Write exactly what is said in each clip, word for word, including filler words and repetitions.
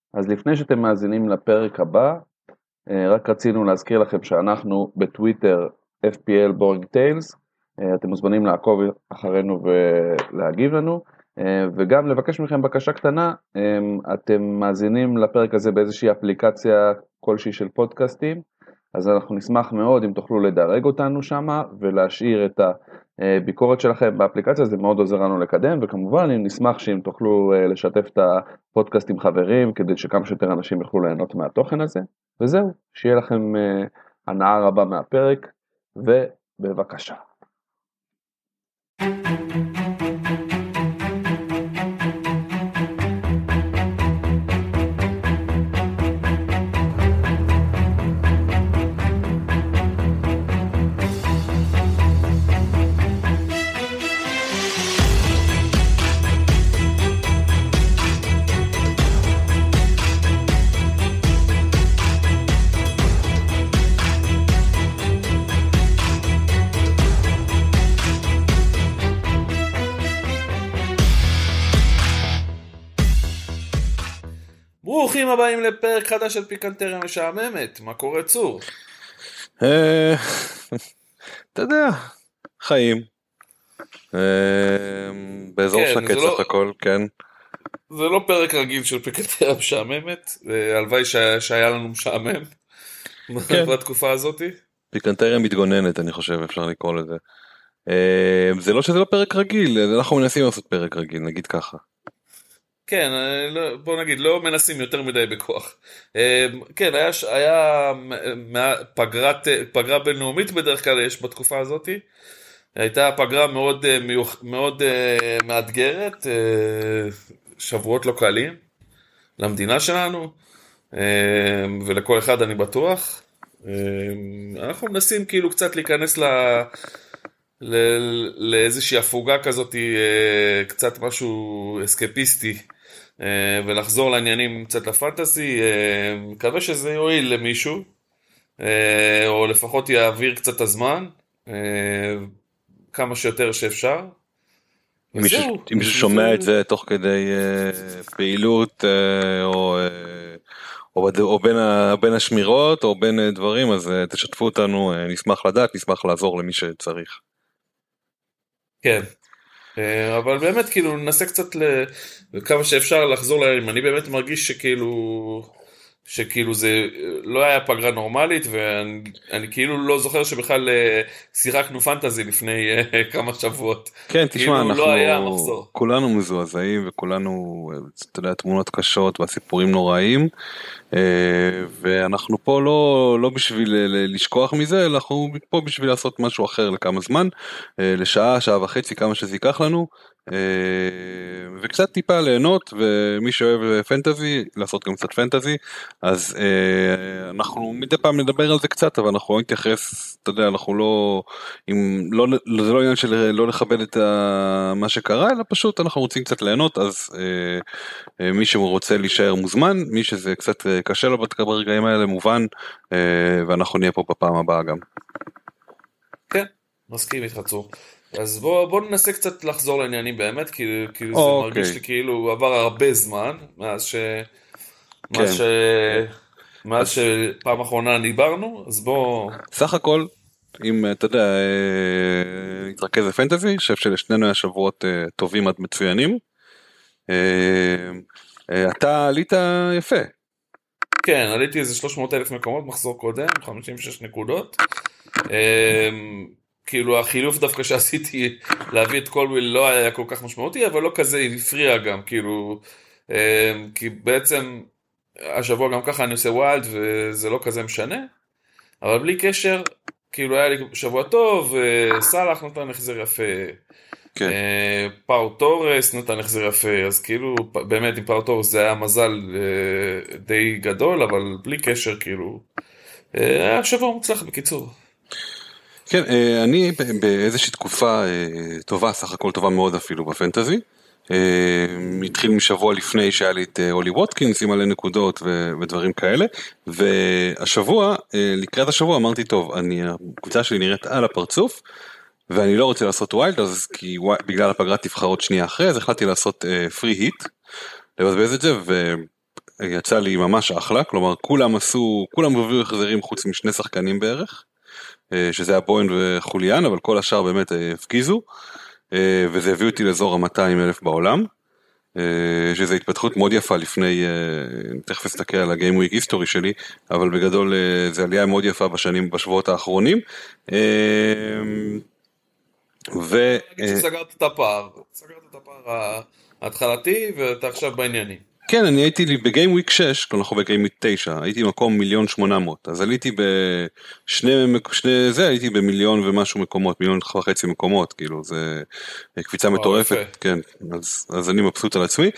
אז לפני שאתם מאזינים לפרק הבא, רק רצינו להזכיר לכם שאנחנו בטוויטר אף פי אל Boring Tales, אתם מוזמנים לעקוב אחרינו ולהגיב לנו, וגם לבקש מכם בקשה קטנה, אתם מאזינים לפרק הזה באיזושהי אפליקציה כלשהי של פודקאסטים, אז אנחנו נשמח מאוד אם תוכלו לדרג אותנו שמה ולהשאיר את הביקורת שלכם באפליקציה, זה מאוד עוזר לנו לקדם, וכמובן נשמח שאם תוכלו לשתף את הפודקאסט עם חברים, כדי שכמה שיותר אנשים יוכלו ליהנות מהתוכן הזה, וזהו, שיהיה לכם הנאה רבה מהפרק, ובבקשה. ברוכים הבאים לפרק חדש של פיקנטריה משעממת. מה קורה, צור? אתה יודע, חיים. באזור שקט סך הכל, כן. זה לא פרק רגיל של פיקנטריה משעממת, הלוואי שהיה לנו משעמם בתקופה הזאת. פיקנטריה מתגוננת, אני חושב, אפשר לקרוא לזה. זה לא שזה לא פרק רגיל, אנחנו מנסים לעשות פרק רגיל, נגיד ככה. כן, בוא נגיד, לא מנסים יותר מדי בכוח. כן, היה, היה פגרת, פגרה בינלאומית בדרך כלל יש בתקופה הזאת. הייתה פגרה מאוד, מאוד מאתגרת, שבועות לא קלים למדינה שלנו, ולכל אחד אני בטוח. אנחנו מנסים כאילו קצת להיכנס ל... לאיזושהי הפוגה כזאת, קצת משהו אסקפיסטי, ולחזור לעניינים קצת לפנטסי. מקווה שזה יועיל למישהו, או לפחות יעביר קצת הזמן, כמה שיותר שאפשר. אם מישהו שומע את זה תוך כדי פעילות, או או בין, בין השמירות, או בין דברים, אז תשתפו אותנו, נשמח לדעת, נשמח לעזור למי שצריך. כן, אבל באמת כאילו ננסה קצת לכמה שאפשר לחזור להם. אני באמת מרגיש שכאילו שכאילו זה לא היה פגרה נורמלית, ואני אני כאילו לא זוכר שבכלל שיחקנו פנטזי לפני כמה שבועות. כן, תשמע, כאילו אנחנו לא היה מחזור. כולנו מזועזעים, וכולנו, אתה יודע, תמונות קשות והסיפורים נוראים, ואנחנו פה לא, לא בשביל לשכוח מזה, אנחנו פה בשביל לעשות משהו אחר לכמה זמן, לשעה, שעה וחצי, כמה שזה ייקח לנו, וקצת טיפה ליהנות, ומי שאוהב פנטזי, לעשות גם קצת פנטזי, אז אנחנו מדי פעם נדבר על זה קצת, אבל אנחנו לא נתייחס, אתה יודע, אנחנו לא, אם, לא, זה לא עניין של לא לכבד את מה שקרה, אלא פשוט אנחנו רוצים קצת ליהנות, אז מי שרוצה להישאר מוזמן, מי שזה קצת קשה לו ברגעים האלה מובן, ואנחנו נהיה פה בפעם הבאה גם. כן, מסכים איתך, צור. אז בוא, בוא ננסה קצת לחזור לעניינים באמת, כי, כי זה אוקיי. מרגיש לי כאילו עבר הרבה זמן, מאז ש... כן. מאז ש... מאז שפעם אחרונה דיברנו, אז בוא... סך הכל, אם אתה יודע, נתרכז לפנטזי, חושב שלשנינו היה שבועות טובים עד מצוינים. אתה עלית יפה. כן, עליתי איזה שלוש מאות אלף מקומות, מחזור קודם, חמישים ושש נקודות. כאילו החילוף דווקא שעשיתי להביא את קולוויל לא היה כל כך משמעותי, אבל לא כזה הפריע גם, כאילו, כי בעצם השבוע גם ככה אני עושה ווילד וזה לא כזה משנה, אבל בלי קשר, כאילו היה לי שבוע טוב, סלח נתן החזר יפה, כן. פאו טורס נתן החזר יפה, אז כאילו באמת עם פאו טורס זה היה מזל די גדול, אבל בלי קשר כאילו, היה שבוע מוצלח בקיצור. כן, אני באיזושהי תקופה טובה, סך הכל טובה מאוד אפילו בפנטזי, התחיל משבוע לפני שהיה לי את אולי ווטקינס עם מלא נקודות ודברים כאלה, והשבוע, לקראת השבוע אמרתי, טוב, אני, הקבוצה שלי נראית על הפרצוף, ואני לא רוצה לעשות ווילד, אז כי בגלל הפגרת תבחרות שנייה אחרי, אז החלטתי לעשות פרי היט, לבזבז את זה, יצא לי ממש אחלה, כלומר כולם עשו, כולם הביאו החזרים חוץ משני שחקנים בערך, שזה הבוין וחוליאן, אבל כל השאר באמת הפגיזו, וזה הביא אותי לאזור ה-מאתיים אלף בעולם, שזו התפתחות מאוד יפה לפני, תכף אסתכל על הגיים וויק היסטורי שלי, אבל בגדול זה עלייה מאוד יפה בשנים, בשבועות האחרונים. ו... סגרת את הפער, סגרת את הפער ההתחלתי, ואתה עכשיו בעניינים. כן, אני הייתי לי בגיים וויק שש, כלומר אנחנו בגיים וויק תשע, הייתי במקום מיליון שמונה מאות, אז עליתי בשני, שני, זה הייתי במיליון ומשהו מקומות, מיליון וחצי מקומות, כאילו זה קפיצה מטורפת, כן, אז, אז אני מבסוט על עצמי.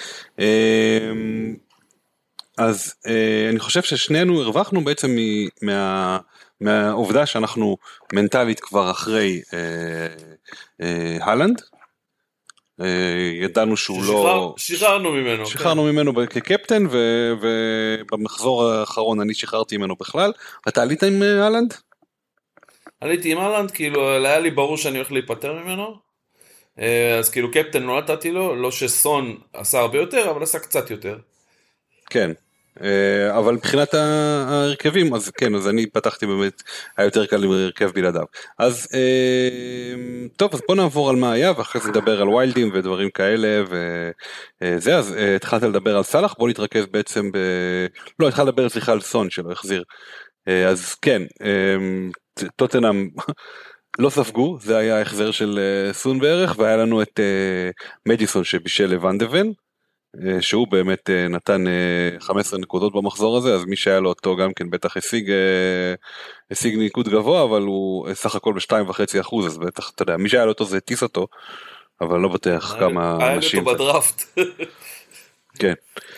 אז אני חושב ששנינו הרווחנו בעצם מה, מהעובדה שאנחנו מנטלית כבר אחרי הלנד, ידענו שהוא לא... שחררנו ממנו. שחררנו ממנו כקפטן, ובמחזור האחרון אני שחררתי ממנו בכלל. אתה עלית עם הלנד? עליתי עם הלנד, כאילו היה לי ברור שאני הולך להיפטר ממנו, אז כאילו קפטן לא נתתי לו, לא שסון עשה הרבה יותר, אבל עשה קצת יותר. כן. אבל מבחינת ההרכבים, אז כן, אז אני פתחתי באמת, היה יותר קל עם הרכב בלעדיו. אז טוב, אז בוא נעבור על מה היה, ואחרי זה נדבר על ויילדים ודברים כאלה, וזה, אז התחלת לדבר על סלאח, בוא נתרכז בעצם ב... לא, התחלת לדבר סליחה על סון שלא החזיר. אז כן, טוטנהאם לא ספגו, זה היה ההחזר של סון בערך, והיה לנו את מדיסון שבישל לוונדבן, שהוא באמת נתן חמש עשרה נקודות במחזור הזה, אז מי שהיה לו אותו גם כן בטח השיג, השיג ניקוד גבוה, אבל הוא סך הכל ב-שתיים וחצי אחוז, אז בטח, אתה יודע, מי שהיה לו אותו זה טיס אותו, אבל לא בטח כמה אנשים. היה לי אותו בדראפט. כן.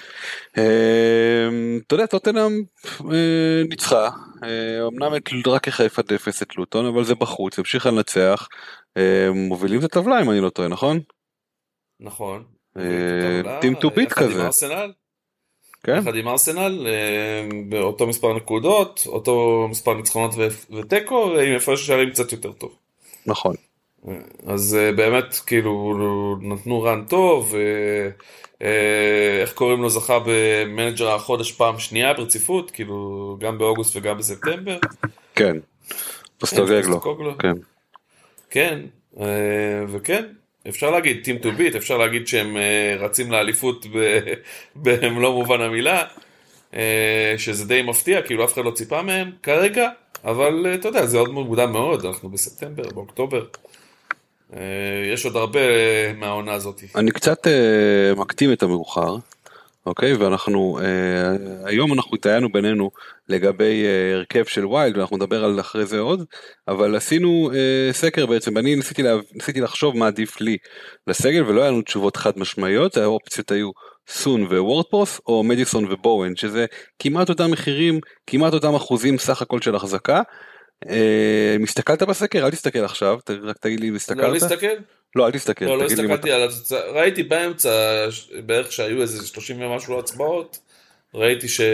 אתה יודע, טוטנהאם ניצחה, אמנם רק אחד אפס את לוטון, אבל זה בחוץ, המשיכה לנצח, מובילים את הטבלה אם אני לא טועה, נכון? נכון. טים טו ביט כזה. יחד עם ארסנל, יחד עם ארסנל, באותו מספר נקודות, אותו מספר ניצחונות וטקו, עם הפרש שערים קצת יותר טוב. נכון. אז באמת, כאילו, נתנו רן טוב, איך קוראים לו, זכה במנג'ר החודש פעם שנייה ברציפות, כאילו, גם באוגוסט וגם בספטמבר. כן, פוסטוגלו. כן. כן, וכן. אפשר להגיד טים טו ביט, אפשר להגיד שהם רצים לאליפות במלוא מובן המילה, שזה די מפתיע, כאילו אף אחד לא ציפה מהם כרגע, אבל אתה יודע, זה עוד מוקדם מאוד, אנחנו בספטמבר, באוקטובר, יש עוד הרבה מהעונה הזאת. אני קצת מקטים את המאוחר, אוקיי, ואנחנו, היום אנחנו התאיינו בינינו לגבי הרכב של ויילד, ואנחנו נדבר על אחרי זה עוד, אבל עשינו סקר בעצם, ואני ניסיתי, לה, ניסיתי לחשוב מה עדיף לי לסגל, ולא היה לנו תשובות חד משמעיות, האופציות היו סון ווורדפרוס, או מדיסון ובואן, שזה כמעט אותם מחירים, כמעט אותם אחוזים סך הכל של החזקה. מסתכלת בסקר? אל תסתכל עכשיו, רק תגיד לי אם הסתכלת. לא להסתכל? לא, אל תסתכל. לא, לא הסתכלתי על התוצאה, ראיתי באמצע, בערך שהיו איזה שלושים ומשהו הצבעות, ראיתי ש...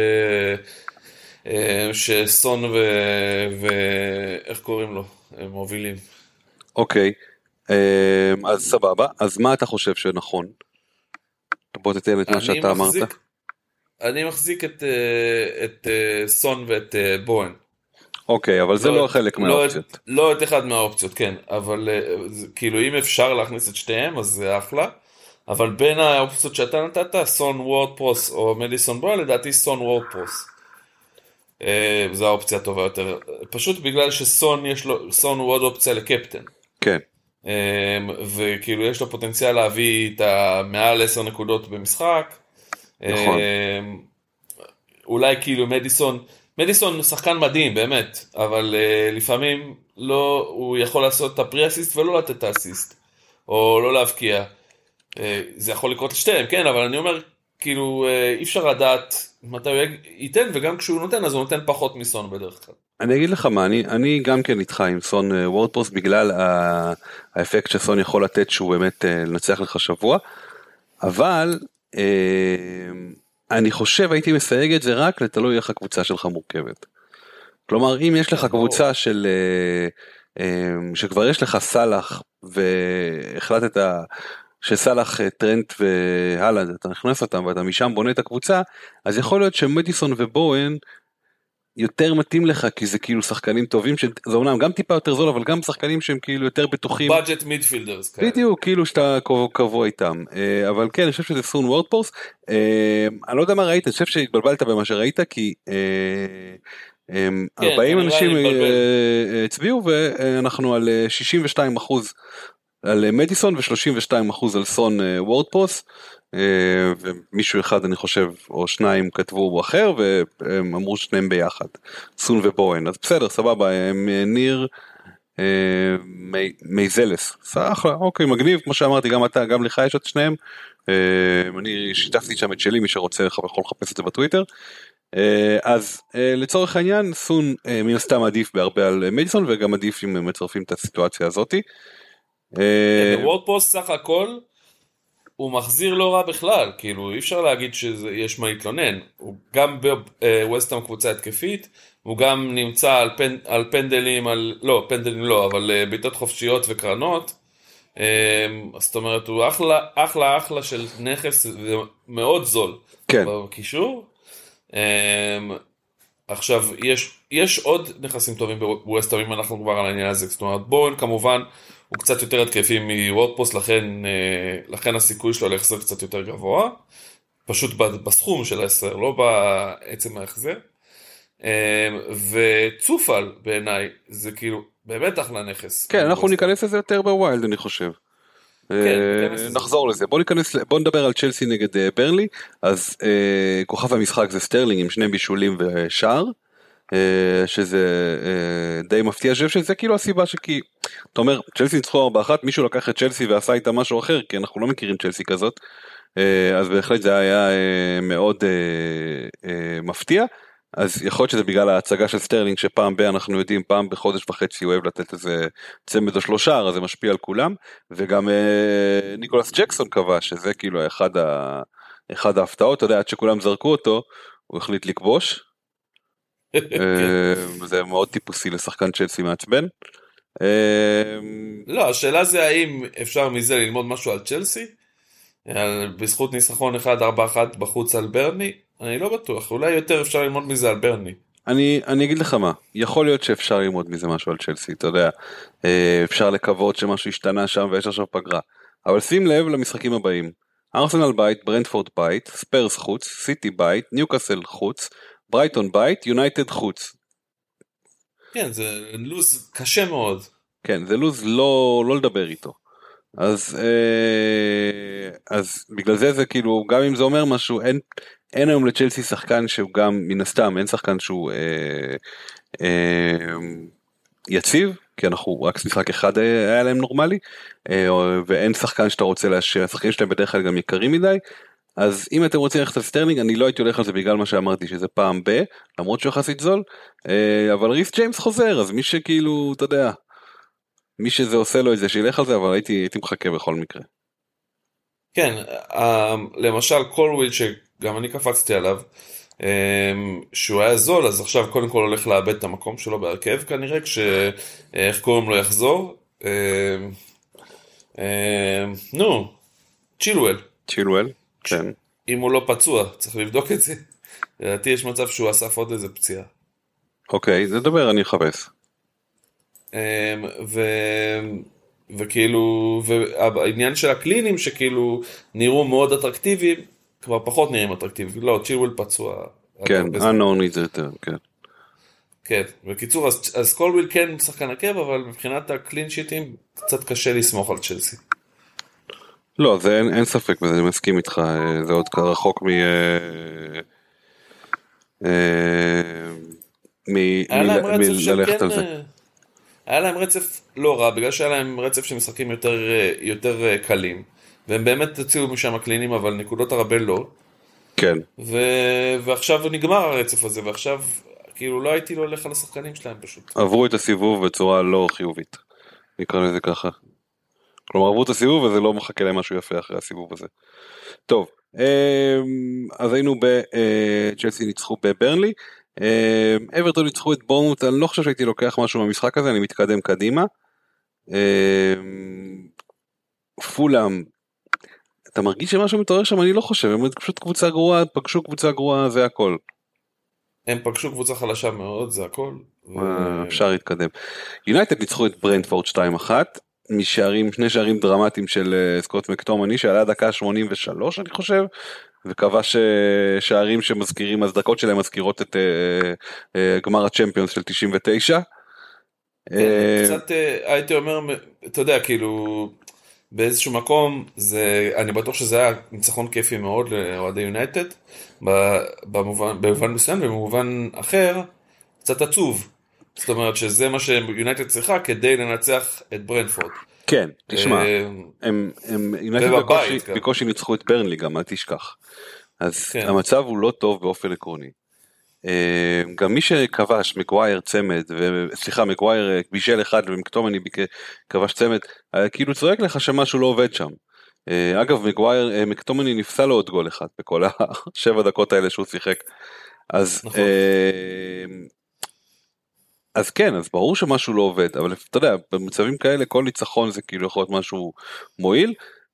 שסון ו... ואיך קוראים לו, הם מובילים. אוקיי, אז סבבה, אז מה אתה חושב שנכון? בוא תתן את מה שאתה אמרת. אני מחזיק את, את סון ואת בוהן. אוקיי, אבל זה לא חלק מהאופציות. לא את אחד מהאופציות, כן, אבל כאילו אם אפשר להכניס את שתיהם, אז זה אחלה, אבל בין האופציות שאתה נתת, סון וורדפרוס או מדיסון בוהן, לדעתי סון וורדפרוס. זו האופציה הטובה יותר, פשוט בגלל שסון יש לו, סון הוא עוד אופציה לקפטן. כן. וכאילו יש לו פוטנציאל להביא את המעל עשר נקודות במשחק. נכון. אולי כאילו מדיסון, מדיסון הוא שחקן מדהים באמת, אבל uh, לפעמים לא, הוא יכול לעשות את הפרי-אסיסט ולא לתת את האסיסט, או לא להבקיע. Uh, זה יכול לקרות לשתיהם, כן, אבל אני אומר, כאילו uh, אי אפשר לדעת מתי הוא ייתן, וגם כשהוא נותן, אז הוא נותן פחות מסון בדרך כלל. אני אגיד לך מה, אני, אני גם כן איתך עם סון uh, וורדפרוס, בגלל ה- האפקט שסון יכול לתת, שהוא באמת uh, לנצח לך שבוע, אבל... Uh, אני חושב הייתי מסייג את זה רק לתלוי איך הקבוצה שלך מורכבת. כלומר, אם יש לך קבוצה של, שכבר יש לך סלאח, והחלטת שסלח, טרנט והלנד, אתה נכנס אותם ואתה משם בונה את הקבוצה, אז יכול להיות שמדיסון ובואן יותר מתאים לך, כי זה כאילו שחקנים טובים, זה אומנם גם טיפה יותר זול, אבל גם שחקנים שהם כאילו יותר בטוחים. budget midfielders. בדיוק, כאילו שאתה קבוע איתם. אבל כן, אני חושב שזה סון וורדפורס. אני לא יודע מה ראית, אני חושב שהתבלבלת במה שראית, כי ארבעים אנשים הצביעו, ואנחנו על שישים ושתיים אחוז על מדיסון, ו-שלושים ושתיים אחוז על סון וורדפורס. ומישהו אחד אני חושב או שניים כתבו בו אחר והם אמרו שניהם ביחד, סון ובואן, אז בסדר, סבבה, הם ניר מייזלס, אחלה, אוקיי, מגניב, כמו שאמרתי, גם אתה, גם לך יש את שניהם, אני שיתפתי שם את שלי, מי שרוצה יכול לחפש את זה בטוויטר. אז לצורך העניין סון מן הסתם עדיף בהרבה על מדיסון, וגם עדיף אם מצרפים את הסיטואציה הזאת. וורדפורס סך הכל הוא מחזיר לא רע בכלל, כאילו אי אפשר להגיד שיש מה להתלונן, הוא גם בווסטהאם קבוצה התקפית, הוא גם נמצא על, פנ, על פנדלים, על, לא, פנדלים לא, אבל בעיטות חופשיות וקרנות, זאת אומרת הוא אחלה, אחלה, אחלה של נכס, מאוד זול, כן. בקישור. עכשיו, יש, יש עוד נכסים טובים בווסטהאם, אם אנחנו כבר על העניין הזה, זאת אומרת, בואן כמובן, הוא קצת יותר התקפי מוורדפורס, לכן, לכן הסיכוי שלו להחזר קצת יותר גבוה, פשוט בסכום של ההחזר, לא בעצם ההחזר. וצופל בעיניי, זה כאילו באמת אחלה נכס. כן, אנחנו ניכנס לזה יותר בווילד, אני חושב. נחזור לזה. בוא ניכנס, בוא נדבר על צ'לסי נגד ברנלי, אז כוכב המשחק זה סטרלינג עם שני בישולים ושער, שזה די מפתיע, אני חושב שזה כאילו הסיבה שכי, אתה אומר, צ'לסי ניצחו ארבע אחת, מישהו לקח את צ'לסי ועשה איתה משהו אחר, כי אנחנו לא מכירים צ'לסי כזאת, אז בהחלט זה היה מאוד מפתיע, אז יכול להיות שזה בגלל ההצגה של סטרלינג, שפעם בה אנחנו יודעים, פעם בחודש וחצי הוא אוהב לתת איזה צמד או שלושה, אז זה משפיע על כולם, וגם ניקולס ג'קסון קבע, שזה כאילו אחד, ה... אחד ההפתעות, אתה יודע, עד שכולם זרקו אותו, הוא החליט לכבוש, זה מאוד טיפוסי לשחקן צ'לסי מעצבן. לא, השאלה זה האם אפשר מזה ללמוד משהו על צ'לסי, בזכות ניסחון אחד ארבע אחת בחוץ על ברני, אני לא בטוח, אולי יותר אפשר ללמוד מזה על ברני. אני, אני אגיד לך מה, יכול להיות שאפשר ללמוד מזה משהו על צ'לסי, אתה יודע, אפשר לקוות שמשהו השתנה שם ויש עכשיו פגרה, אבל שים לב למשחקים הבאים, ארסנל בית, ברנטפורד בית, ספרס חוץ, סיטי בית, ניוקאסל חוץ, ברייטון בית, יונייטד חוץ. כן, זה לוז קשה מאוד. כן, זה לוז לא, לא לדבר איתו. אז, אז בגלל זה זה כאילו, גם אם זה אומר משהו, אין, אין היום לצ'לסי שחקן שהוא גם, מן הסתם, אין שחקן שהוא אה, אה, יציב, כי אנחנו רק משחק אחד היה להם נורמלי, אה, ואין שחקן שאתה רוצה להשאיר, השחקנים שלהם בדרך כלל גם יקרים מדי, אז אם אתם רוצים ללכת על סטרלינג, אני לא הייתי הולך על זה בגלל מה שאמרתי, שזה פעם ב, למרות שהוא יחסית זול, אבל ריס ג'יימס חוזר, אז מי שכאילו, אתה יודע, מי שזה עושה לו את זה, שילך על זה, אבל הייתי, הייתי מחכה בכל מקרה. כן, למשל קולוויל, שגם אני קפצתי עליו, שהוא היה זול, אז עכשיו קודם כל הולך לאבד את המקום שלו בהרכב, כנראה, כשאיך קוראים לו יחזור, נו, צ'ילואל. צ'ילואל. כן. אם הוא לא פצוע, צריך לבדוק את זה. לדעתי יש מצב שהוא אסף עוד איזה פציעה. אוקיי, זה דבר, אני אחפש. ו... וכאילו, והעניין של הקלינים שכאילו נראו מאוד אטרקטיביים, כבר פחות נראים אטרקטיביים. לא, צ'ילואל פצוע. כן, unknown זה יותר, כן. כן, בקיצור, אז, אז קולוויל כן שחקן עקב, אבל מבחינת הקלין שיטים, קצת קשה לסמוך על צ'לסי. לא, זה אין, אין ספק בזה, אני מסכים איתך, זה עוד רחוק מ... מללכת על זה. היה להם רצף לא רע, בגלל שהיה להם רצף של משחקים יותר, יותר קלים, והם באמת הציעו משם הקלינים, אבל נקודות הרבה לא. כן. ו... ועכשיו נגמר הרצף הזה, ועכשיו כאילו לא הייתי לא הולך על השחקנים שלהם פשוט. עברו את הסיבוב בצורה לא חיובית, נקרא לזה ככה. כלומר, עברו את הסיבוב וזה לא מחכה להם משהו יפה אחרי הסיבוב הזה. טוב, אז היינו בצ'לסי ניצחו בברנלי, אברטון ניצחו את בורנמוט, אני לא חושב שהייתי לוקח משהו מהמשחק הזה, אני מתקדם קדימה. פולאם אתה מרגיש שמשהו מתעורר שם? אני לא חושב, הם פשוט קבוצה גרועה, פגשו קבוצה גרועה, זה הכל. הם פגשו קבוצה חלשה מאוד, זה הכל. ו... אפשר להתקדם. יונייטד ניצחו את ברנטפורד שתיים אחת, משערים, שני שערים דרמטיים של סקוט מקטומני, שעלה דקה שמונים ושלוש אני חושב, וכבש שערים שמזכירים, אז דקות שלהם מזכירות את uh, uh, גמר הצ'מפיונס של תשעים ותשע. קצת הייתי אומר, אתה יודע, כאילו, באיזשהו מקום, זה, אני בטוח שזה היה ניצחון כיפי מאוד לאוהדי יונייטד, במובן, במובן מסוים, במובן אחר, קצת עצוב. זאת אומרת שזה מה שיונייטד צריכה כדי לנצח את ברנטפורד. כן, תשמע, הם, הם, יונייטד בקושי, בקושי ניצחו את ברנלי גם, אל תשכח. אז כן. המצב הוא לא טוב באופן עקרוני. גם מי שכבש, מגווייר צמד, סליחה, מגווייר בישל אחד ומקטומני כבש צמד, כאילו צועק לך שמשהו לא עובד שם. אגב, מגווייר, מקטומני נפסל לו עוד גול אחד בכל השבע דקות האלה שהוא שיחק. אז, נכון. אז כן, אז ברור שמשהו לא עובד, אבל אתה יודע, במצבים כאלה כל ניצחון זה כאילו יכול להיות משהו מועיל.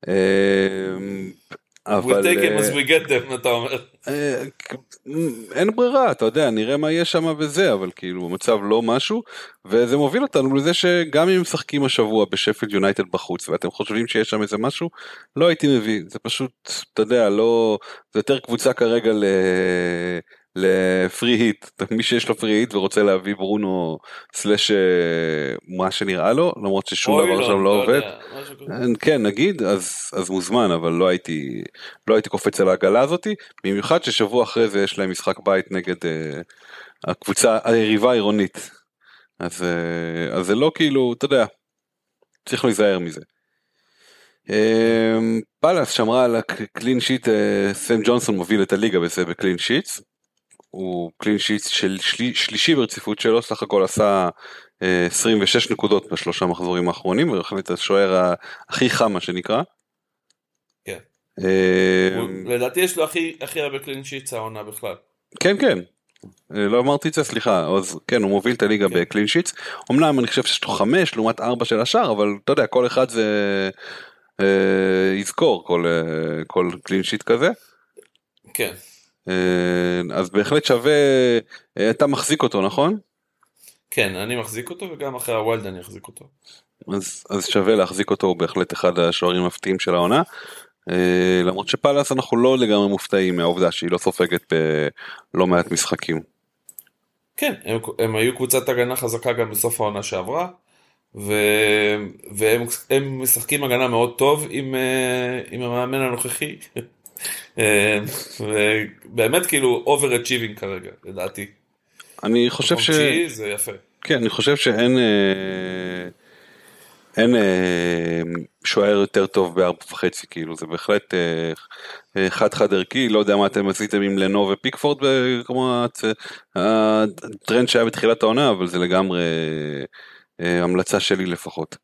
אבל... We take them as we get them, אתה אומר. אין ברירה, אתה יודע, נראה מה יש שם וזה, אבל כאילו המצב לא משהו, וזה מוביל אותנו לזה שגם אם משחקים השבוע בשפילד יונייטד בחוץ, ואתם חושבים שיש שם איזה משהו, לא הייתי מביא, זה פשוט, אתה יודע, לא, זה יותר קבוצה כרגע ל... לפרי היט, מי שיש לו פרי היט ורוצה להביא ברונו סלש מה שנראה לו, למרות ששום דבר שם לא עובד, כן נגיד, אז מוזמן, אבל לא הייתי לא הייתי קופץ על העגלה הזאת, במיוחד ששבוע אחרי זה יש להם משחק בית נגד הקבוצה היריבה העירונית, אז זה לא כאילו, אתה יודע, צריך להיזהר מזה. פלאס שמרה על הקלין שיט, סם ג'ונסון מוביל את הליגה בזה בקלין שיטס, הוא קלין שיט של שלי, שלישי ברציפות שלו, סך הכל עשה אה, עשרים ושש נקודות בשלושה מחזורים האחרונים, והחליט השוער הכי חם מה שנקרא. כן. אה, לדעתי יש לו הכי, הכי הרבה קלין שיט העונה בכלל. כן, כן. לא אמרתי את זה, סליחה, אז כן, הוא מוביל את הליגה כן. בקלין שיט. אמנם אני חושב שיש לו חמש לעומת ארבע של השאר, אבל אתה יודע, כל אחד זה אה, יזכור, כל, אה, כל קלין שיט כזה. כן. אז בהחלט שווה, אתה מחזיק אותו, נכון? כן, אני מחזיק אותו, וגם אחרי הוולד אני אחזיק אותו. אז, אז שווה להחזיק אותו, הוא בהחלט אחד השוערים המפתיעים של העונה, למרות שפלאס אנחנו לא לגמרי מופתעים מהעובדה שהיא לא סופגת בלא מעט משחקים. כן, הם, הם היו קבוצת הגנה חזקה גם בסוף העונה שעברה, ו... והם הם משחקים הגנה מאוד טוב עם, עם המאמן הנוכחי, ובאמת כאילו overachieving כרגע, לדעתי. אני חושב ש... זה יפה. כן, אני חושב שאין אין שוער יותר טוב בארבע וחצי, כאילו, זה בהחלט חד חד ערכי, לא יודע מה אתם עשיתם עם לנו ופיקפורד, כמו הטרנד שהיה בתחילת העונה, אבל זה לגמרי המלצה שלי לפחות.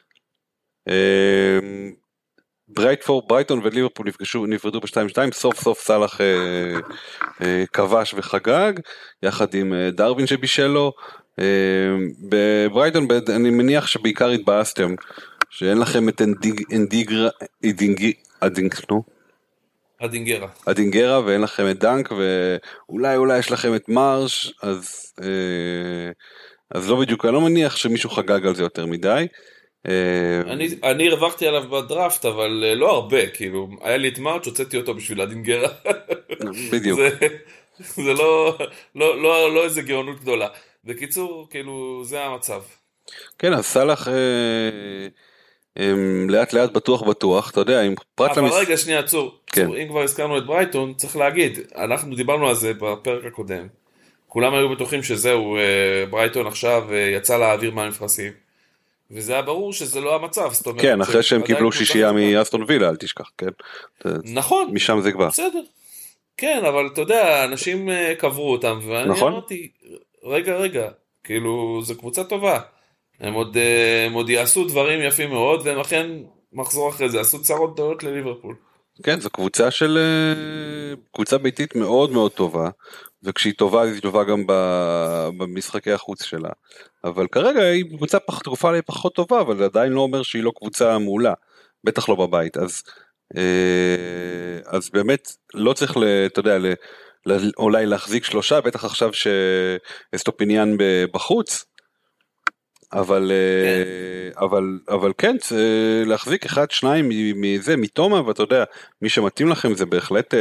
ברייטפורד, ברייטון וליברפול נפגשו, נפרדו ב-שתיים שתיים, סוף סוף סלח אה, אה, כבש וחגג, יחד עם אה, דרווין שבישל לו, אה, בברייטון אני מניח שבעיקר התבאסתם, שאין לכם את אנדיג, אנדיגרה, אדינגי, אדינגנו, אדינגרה, אדינגרה, ואין לכם את דנק, ואולי אולי יש לכם את מרש, אז, אה, אז לא בדיוק, אני לא מניח שמישהו חגג על זה יותר מדי, אני, אני הרווחתי עליו בדראפט, אבל לא הרבה, כאילו, היה לי את מרץ', הוצאתי אותו בשביל הדינגרה. בדיוק. זה, זה לא, לא, לא, לא איזה גאונות גדולה. בקיצור, כאילו, זה המצב. כן, אז סלח אה, אה, לאט לאט בטוח בטוח, אתה יודע, עם פרט אבל למס... רגע, שנייה, צור, כן. צור, אם כבר הזכרנו את ברייטון, צריך להגיד, אנחנו דיברנו על זה בפרק הקודם, כולם היו בטוחים שזהו, ברייטון עכשיו יצא לאוויר מהמפרשים. וזה היה ברור שזה לא המצב. כן, אחרי שהם קיבלו שישייה מאסטון וילה, אל תשכח, כן. נכון. משם זה כבר. בסדר. כן, אבל אתה יודע, אנשים קברו אותם, ואני אמרתי, רגע, רגע, כאילו, זו קבוצה טובה. הם עוד, הם עוד יעשו דברים יפים מאוד, והם אכן מחזור אחרי זה, עשו צרות גדולות לליברפול. כן, זו קבוצה של, קבוצה ביתית מאוד מאוד טובה, וכשהיא טובה, היא טובה גם במשחקי החוץ שלה. אבל כרגע היא קבוצה תקופה לה פחות טובה, אבל זה עדיין לא אומר שהיא לא קבוצה מעולה, בטח לא בבית. אז אז באמת לא צריך, אתה יודע, אולי להחזיק שלושה, בטח עכשיו שאסטופיניאן בחוץ, אבל, אבל, אבל כן, להחזיק אחד, שניים מזה, מתומה, ואתה יודע, מי שמתאים לכם זה בהחלט,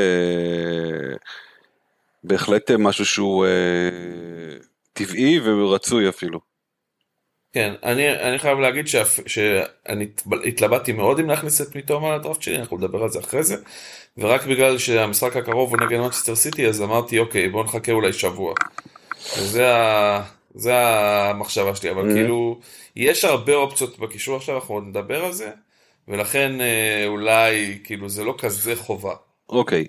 בהחלט משהו שהוא טבעי ורצוי אפילו. כן, אני, אני חייב להגיד שאפ, שאני התלבטתי מאוד אם להכניס את מתומה לדראפט שלי, אנחנו נדבר על זה אחרי זה, ורק בגלל שהמשחק הקרוב הוא נגד מנצ'סטר סיטי, אז אמרתי, אוקיי, בואו נחכה אולי שבוע. וזה ה... זה המחשבה שלי, אבל כאילו, יש הרבה אופציות בקישור עכשיו, אנחנו עוד נדבר על זה, ולכן אולי, כאילו, זה לא כזה חובה. אוקיי,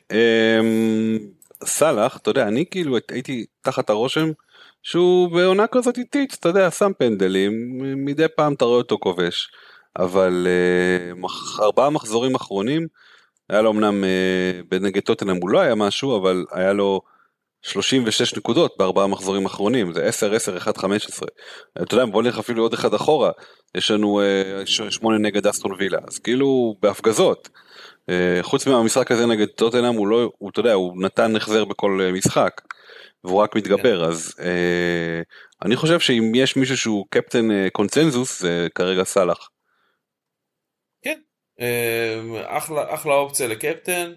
סלח, אתה יודע, אני כאילו הייתי תחת הרושם, שהוא בעונה כזאת איטית, אתה יודע, שם פנדלים, מדי פעם אתה רואה אותו כובש, אבל ארבעה מחזורים אחרונים, היה לו אמנם בנגד טוטנהאם הוא לא היה משהו, אבל היה לו שלושים ושש נקודות בארבעה מחזורים אחרונים, זה עשר, עשר, אחת, חמש עשרה. אתה יודע, בוא נלך אפילו עוד אחד אחורה, יש לנו שמונה נגד אסטון וילה, אז כאילו בהפגזות. חוץ מהמשחק הזה נגד טוטנהאם, הוא לא, הוא, אתה יודע, הוא נתן החזר בכל משחק, והוא רק מתגבר, אז אני חושב שאם יש מישהו שהוא קפטן קונצנזוס, זה כרגע סלח. כן, אחלה, אחלה אופציה לקפטן,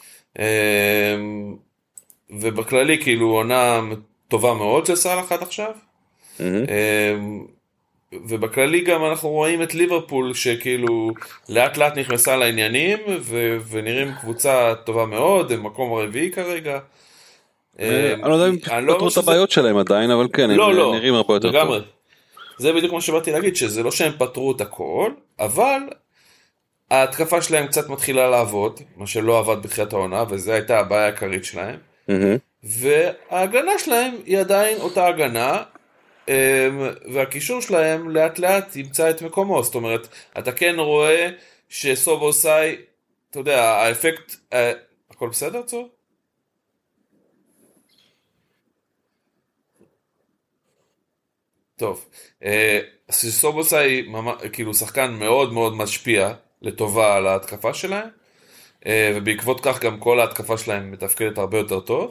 ובכללי כאילו עונה טובה מאוד של סלח עד עכשיו, ובכללי גם אנחנו רואים את ליברפול שכאילו לאט לאט נכנסה לעניינים ונראים קבוצה טובה מאוד, הם מקום רביעי כרגע. אני לא יודע אם פתרו את הבעיות שלהם עדיין, אבל כן, הם נראים הרבה יותר טוב. זה בדיוק מה שבאתי להגיד, שזה לא שהם פתרו את הכל, אבל ההתקפה שלהם קצת מתחילה לעבוד, מה שלא עבד בתחילת העונה, וזו הייתה הבעיה העיקרית שלהם. וההגנה שלהם היא עדיין אותה הגנה, והקישור שלהם לאט לאט ימצא את מקומו. זאת אומרת, אתה כן רואה שסובוסאי, אתה יודע, האפקט, הכל בסדר צור? טוב, סובוסאי כאילו שחקן מאוד מאוד משפיע לטובה על ההתקפה שלהם, ובעקבות כך גם כל ההתקפה שלהם מתפקדת הרבה יותר טוב.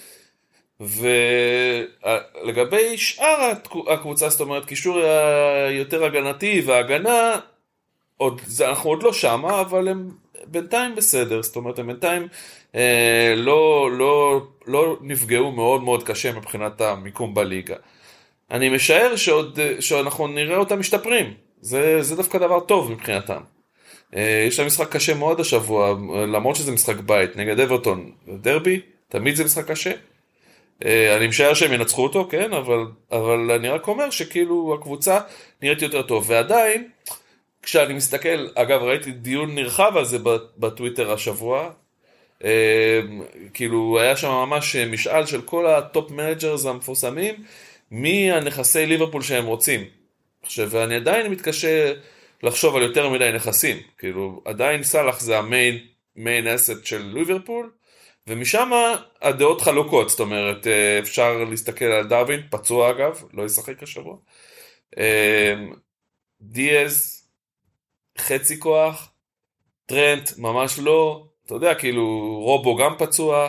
ולגבי שאר הקבוצה, זאת אומרת, קישור יותר הגנתי וההגנה, עוד, אנחנו עוד לא שמה, אבל הם בינתיים בסדר, זאת אומרת, הם בינתיים אה, לא, לא, לא נפגעו מאוד מאוד קשה מבחינת המיקום בליגה. אני משער שעוד, שאנחנו נראה אותם משתפרים, זה, זה דווקא דבר טוב מבחינתם. אה, יש להם משחק קשה מאוד השבוע, למרות שזה משחק בית, נגד אברטון דרבי, תמיד זה משחק קשה. אני משער שהם ינצחו אותו, כן, אבל, אבל אני רק אומר שכאילו הקבוצה נראית יותר טוב, ועדיין, כשאני מסתכל, אגב ראיתי דיון נרחב על זה בטוויטר השבוע, כאילו היה שם ממש משאל של כל הטופ מנג'רס המפורסמים, מי הנכסי ליברפול שהם רוצים. עכשיו, ואני עדיין מתקשה לחשוב על יותר מדי נכסים, כאילו עדיין סלח זה המיין, מיין אסט של ליברפול, ומשם הדעות חלוקות, זאת אומרת, אפשר להסתכל על דרווין, פצוע אגב, לא ישחק השבוע. דיאז, חצי כוח, טרנט, ממש לא, אתה יודע, כאילו, רובו גם פצוע.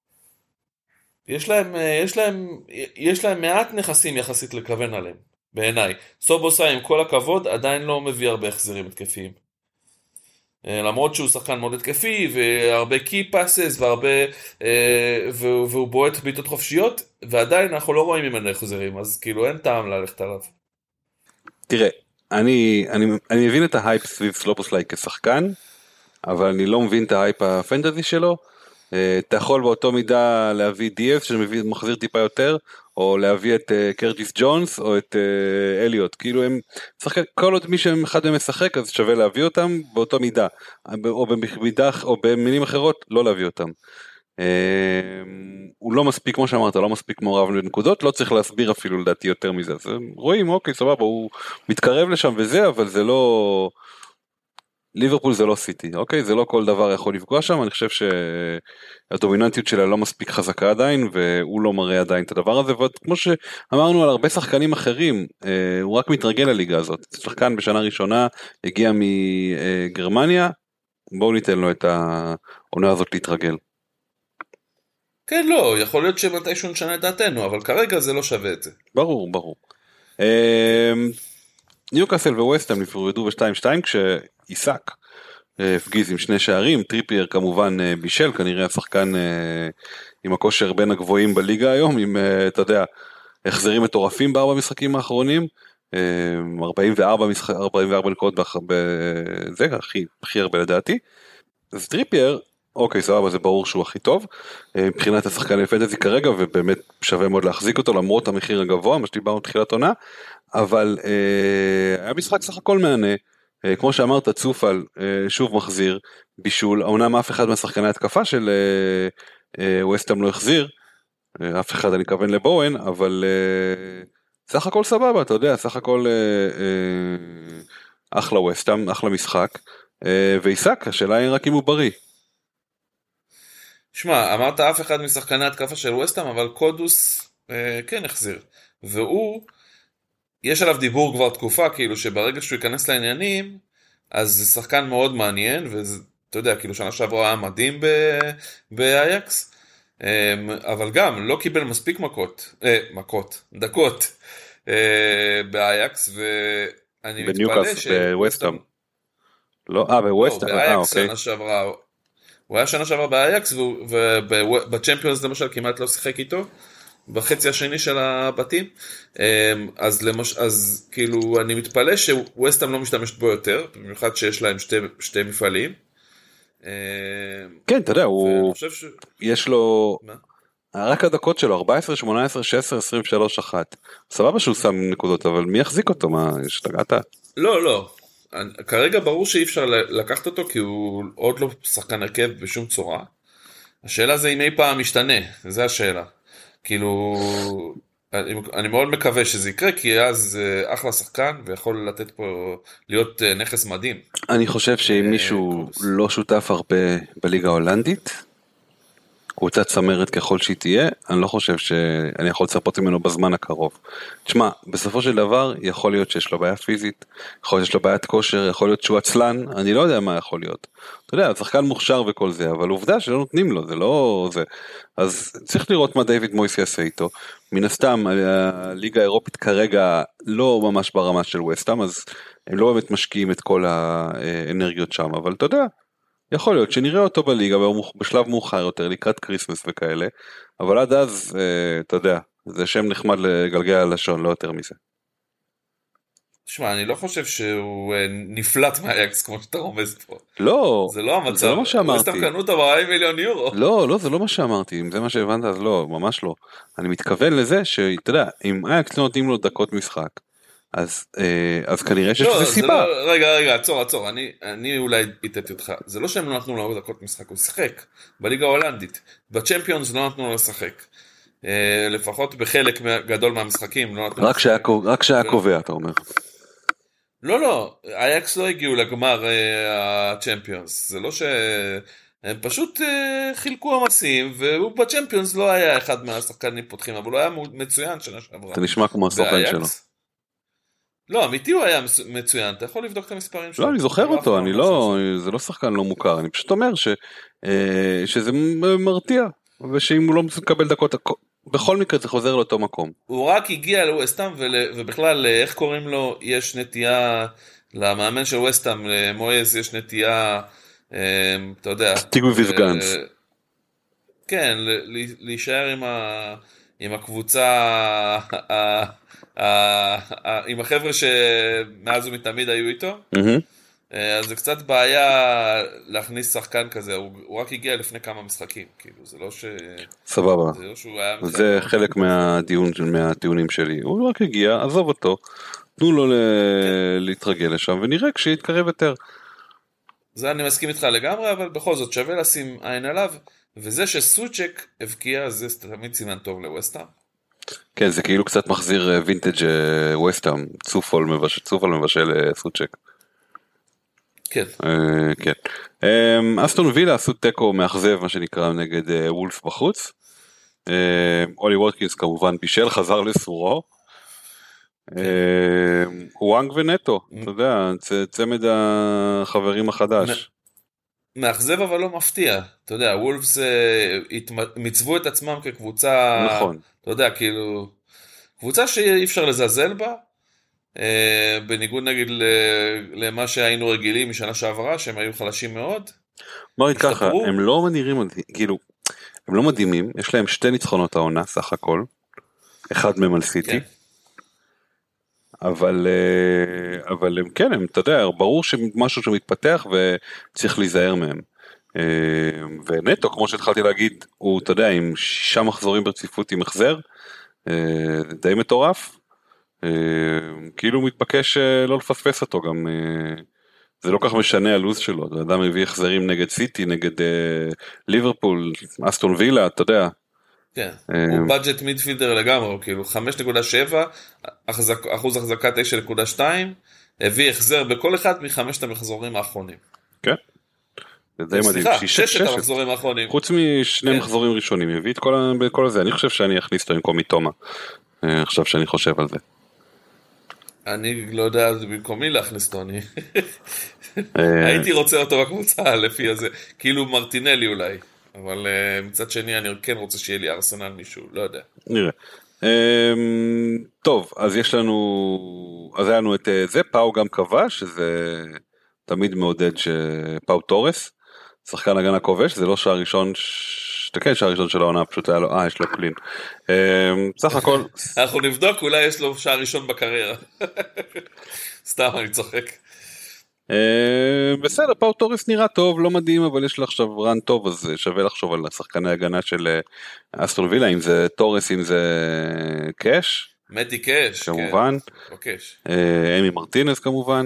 יש להם, יש להם, יש להם מעט נכסים יחסית לכוון עליהם, בעיניי. סובוסאי, עם כל הכבוד, עדיין לא מביא הרבה החזרים התקפיים. למרות שהוא שחקן מאוד התקפי, והרבה קי פאסס, והרבה, והוא בועט בעיטות חופשיות, ועדיין אנחנו לא רואים ממנו החזרים, אז כאילו אין טעם ללכת עליו. תראה, אני, אני, אני מבין את ההייפ סביב סלובוסליי כשחקן, אבל אני לא מבין את ההייפ הפנטזי שלו. אתה יכול באותו מידה להביא דיאס שמחזיר טיפה יותר, או להביא את קרטיס ג'ונס או את אליוט, כאילו הם שחקן, כל עוד מי שאחד מהם משחק אז שווה להביא אותם באותו מידה, או במידה, או במילים אחרות לא להביא אותם. הוא לא מספיק, כמו שאמרת, לא מספיק מעורב לנקודות, לא צריך להסביר אפילו לדעתי יותר מזה, אז רואים, אוקיי, סבבה, הוא מתקרב לשם וזה, אבל זה לא, ליברפול זה לא סיטי, אוקיי, זה לא כל דבר יכול לפגוע שם, אני חושב שהדומיננטיות שלה לא מספיק חזקה עדיין, והוא לא מראה עדיין את הדבר הזה, וכמו שאמרנו על הרבה שחקנים אחרים, הוא רק מתרגל לליגה הזאת, שחקן בשנה ראשונה, הגיע מגרמניה, בואו ניתן לו את העונה הזאת להתרגל. כן, לא, יכול להיות שמתישהו נשנה את דעתנו, אבל כרגע זה לא שווה את זה. ברור, ברור. ניוקאסל וווסטהאם נפרדו ב-שתיים שתיים כשאיסק הפגיז עם שני שערים, טריפייר כמובן בישל, כנראה השחקן עם הכושר בין הגבוהים בליגה היום, עם, אתה יודע, החזרים מטורפים בארבע משחקים האחרונים, ארבעים וארבע נקודות בזה, הכי, הכי הרבה לדעתי. אז טריפייר, אוקיי, סבבה, זה ברור שהוא הכי טוב, מבחינת השחקן לפנטזי כרגע, ובאמת שווה מאוד להחזיק אותו, למרות המחיר הגבוה, מה שדיברנו תחילת עונה, אבל אה, היה משחק סך הכל מענה, אה, כמו שאמרת, צופל אה, שוב מחזיר, בישול, העונה מאף אחד מהשחקני התקפה של אה, אה, ווסטהאם לא החזיר, אה, אף אחד אני מכוון לבואן, אבל אה, סך הכל סבבה, אתה יודע, סך הכל אה, אה, אחלה ווסטהאם, אחלה משחק, אה, ואיסק, השאלה היא רק אם הוא בריא. שמע, אמרת אף אחד משחקני התקפה של ווסטהאם, אבל קודוס אה, כן החזיר, והוא, יש עליו דיבור כבר תקופה, כאילו שברגע שהוא ייכנס לעניינים, אז זה שחקן מאוד מעניין, ואתה יודע, כאילו שנה שעברה היה מדהים באייקס, אה, אבל גם לא קיבל מספיק מכות, אה, מכות, דקות אה, באייקס, ואני מתפלא ש... בווסטהאם. לא, אה, בווסטהאם, אה, אוקיי. שנה שעברה, הוא היה שנה שעברה באייקס, ובצ'מפיונס למשל כמעט לא שיחק איתו, בחצי השני של הבתים, אז, למש... אז כאילו אני מתפלא שווסטהאם לא משתמשת בו יותר, במיוחד שיש להם שתי, שתי מפעלים. כן, אתה יודע, הוא... ש... יש לו... מה? רק הדקות שלו, ארבע עשרה, שמונה עשרה, שש עשרה, עשרים ושלוש, אחת. סבבה שהוא שם נקודות, אבל מי יחזיק אותו? מה, יש תגעת? לא, לא. כרגע ברור שאי אפשר לקחת אותו, כי הוא עוד לא שחקן הרכב בשום צורה. השאלה זה אם אי פעם משתנה, זו השאלה. כאילו, אני, אני מאוד מקווה שזה יקרה, כי אז אחלה שחקן, ויכול לתת פה, להיות נכס מדהים. אני חושב שאם מישהו לא שותף הרבה בליגה ההולנדית, קבוצה צמרת ככל שהיא תהיה, אני לא חושב שאני יכול לצפות ממנו בזמן הקרוב. תשמע, בסופו של דבר, יכול להיות שיש לו בעיה פיזית, יכול להיות שיש לו בעיית כושר, יכול להיות שהוא עצלן, אני לא יודע מה יכול להיות. אתה יודע, שחקן מוכשר וכל זה, אבל עובדה שלא נותנים לו, זה לא זה. אז צריך לראות מה דיוויד מויס יעשה איתו. מן הסתם, הליגה האירופית כרגע לא ממש ברמה של ווסטהאם, אז הם לא באמת משקיעים את כל האנרגיות שם, אבל אתה יודע, יכול להיות שנראה אותו בליגה בשלב מאוחר יותר, לקראת קריסמס וכאלה, אבל עד אז, אתה יודע, זה שם נחמד לגלגל הלשון, לא יותר מזה. תשמע, אני לא חושב שהוא נפלט מהאקס כמו שאתה רומז פה. לא, זה לא המצב. זה לא מה שאמרתי. הוא סתם קנו אותו ארבעים מיליון יורו. לא, לא, זה לא מה שאמרתי, אם זה מה שהבנת אז לא, ממש לא. אני מתכוון לזה שאתה יודע, אם אייקס לא נותנים לו דקות משחק, אז, אז כנראה שיש לזה סיבה. לא, רגע, רגע, עצור, עצור, אני, אני אולי פיתתי אותך. זה לא שהם לא נתנו לו דקות משחק, הוא שיחק בליגה ההולנדית. בצ'מפיונס לא נתנו לו לשחק. לפחות בחלק גדול מהמשחקים לא נתנו לו לשחק. רק שהיה קובע, אתה אומר. לא, לא, אייקס לא הגיעו לגמר הצ'מפיונס. זה לא ש... הם פשוט חילקו עמסים, והוא בצ'מפיונס לא היה אחד מהשחקנים פותחים, אבל הוא היה מצוין שנה שעברה. אתה נשמע כמו הסוכן שלו. לא, אמיתי הוא היה מצוין, אתה יכול לבדוק את המספרים שלו. לא, אני זוכר אותו, אני לא, זה לא שחקן לא מוכר, אני פשוט אומר שזה מרתיע, ושאם הוא לא מקבל דקות, בכל מקרה זה חוזר לאותו מקום. הוא רק הגיע לווסטהאם, ובכלל, איך קוראים לו, יש נטייה, למאמן של ווסטהאם, למויז, יש נטייה, אתה יודע. Stick with his guns. כן, להישאר עם הקבוצה, עם החבר'ה שמאז ומתמיד היו איתו, אז זה קצת בעיה להכניס שחקן כזה, הוא רק הגיע לפני כמה משחקים, כאילו, זה לא ש... סבבה, זה חלק מהטיעונים שלי, הוא רק הגיע, עזוב אותו, תנו לו להתרגל לשם, ונראה כשיתקרב יותר. זה אני מסכים איתך לגמרי, אבל בכל זאת שווה לשים עין עליו, וזה שסוצ'ק הבקיע, זה תמיד סימן טוב לווסטהאם. כן, זה כאילו קצת מחזיר וינטג' ווסטהאם, צופל מבשל סוצ'ק. כן. כן. אסטון וילה עשו טקו מאכזב, מה שנקרא, נגד וולף בחוץ. אולי ווטקינס כמובן בישל, חזר לסורו. וואנג ונטו, אתה יודע, צמד החברים החדש. מאכזב אבל לא מפתיע. אתה יודע, וולפס מיצבו את עצמם כקבוצה, נכון. אתה יודע, כאילו, קבוצה שאי אפשר לזלזל בה, בניגוד נגיד למה שהיינו רגילים משנה שעברה, שהם היו חלשים מאוד. בוא נגיד ככה, הם לא מנהירים, כאילו, הם לא מדהימים, יש להם שתי ניצחונות העונה סך הכל, אחד מהם על סיטי, אבל, אבל הם כן, הם, אתה יודע, ברור שמשהו שמתפתח וצריך להיזהר מהם. ונטו, כמו שהתחלתי להגיד, הוא, אתה יודע, עם שישה מחזורים ברציפות עם החזר, די מטורף, כאילו מתבקש לא לפספס אותו גם, זה לא כך משנה הלוז שלו, האדם הביא החזרים נגד סיטי, נגד ליברפול, אסטון וילה, אתה יודע. כן, הוא בדג'ט מידפילדר לגמרי, כאילו חמש נקודה שבע, אחוז החזקה תשע נקודה שתיים, הביא החזר בכל אחד מחמשת המחזורים האחרונים. כן, זה די מדהים. סליחה, ששת המחזורים האחרונים. חוץ משני מחזורים ראשונים, הביא את כל הזה, אני חושב שאני אכניס אותו במקום מתומה, עכשיו שאני חושב על זה. אני לא יודע במקומי להכניס אותו, אני הייתי רוצה אותו בקבוצה לפי הזה, כאילו מרטינלי אולי. אבל uh, מצד שני אני כן רוצה שיהיה לי ארסנל מישהו, לא יודע. נראה. Um, טוב, אז יש לנו, אז היה לנו את זה, פאו גם קבע, שזה תמיד מעודד שפאו טורס, שחקן הגנה כובש, זה לא שער ראשון, ש... כן, שער ראשון של העונה, פשוט היה לו, אה, יש לו קלין. Um, סך הכל... אנחנו נבדוק, אולי יש לו שער ראשון בקריירה. סתם, אני צוחק. בסדר, פאו טורס נראה טוב, לא מדהים, אבל יש לה עכשיו רן טוב, אז שווה לחשוב על השחקני הגנה של אסטון וילה, אם זה טורס, אם זה קאש, מתי קאש, כמובן, אמי מרטינס כמובן,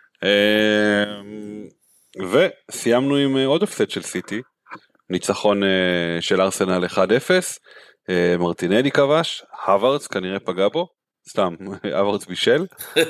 וסיימנו עם עוד הפסד של סיטי, ניצחון של ארסנל אחד אפס, מרטינלי כבש, הווארדס כנראה פגע בו, סתם, אברץ בישל,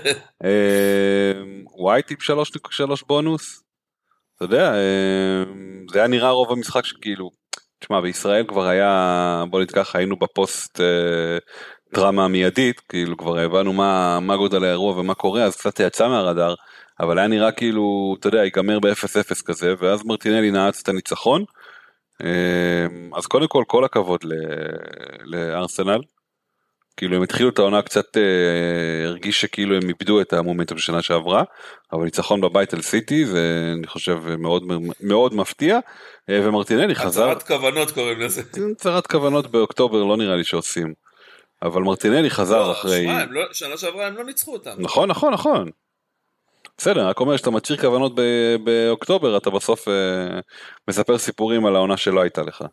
ווייט עם שלוש, שלוש בונוס, אתה יודע, זה היה נראה רוב המשחק שכאילו, תשמע, בישראל כבר היה, בוא נתקח, היינו בפוסט דרמה מיידית, כאילו כבר הבנו מה, מה גודל האירוע ומה קורה, אז קצת יצא מהרדאר, אבל היה נראה כאילו, אתה יודע, ייגמר ב-אפס אפס כזה, ואז מרטינלי נעץ את הניצחון, אז קודם כל, כל הכבוד לארסנל, כאילו הם התחילו את העונה קצת, אה, הרגיש שכאילו הם איבדו את המומנטום בשנה שעברה, אבל ניצחון בבית על סיטי, זה אני חושב מאוד, מאוד מפתיע, אה, ומרטינלי חזר... הצהרת כוונות קוראים לזה. הצהרת כוונות באוקטובר לא נראה לי שעושים, אבל מרטינלי חזר לא, אחרי... שמה, הם לא, שנה שעברה הם לא ניצחו אותם. נכון, נכון, נכון. בסדר, רק אומר שאתה מצהיר כוונות באוקטובר, אתה בסוף אה, מספר סיפורים על העונה שלא הייתה לך.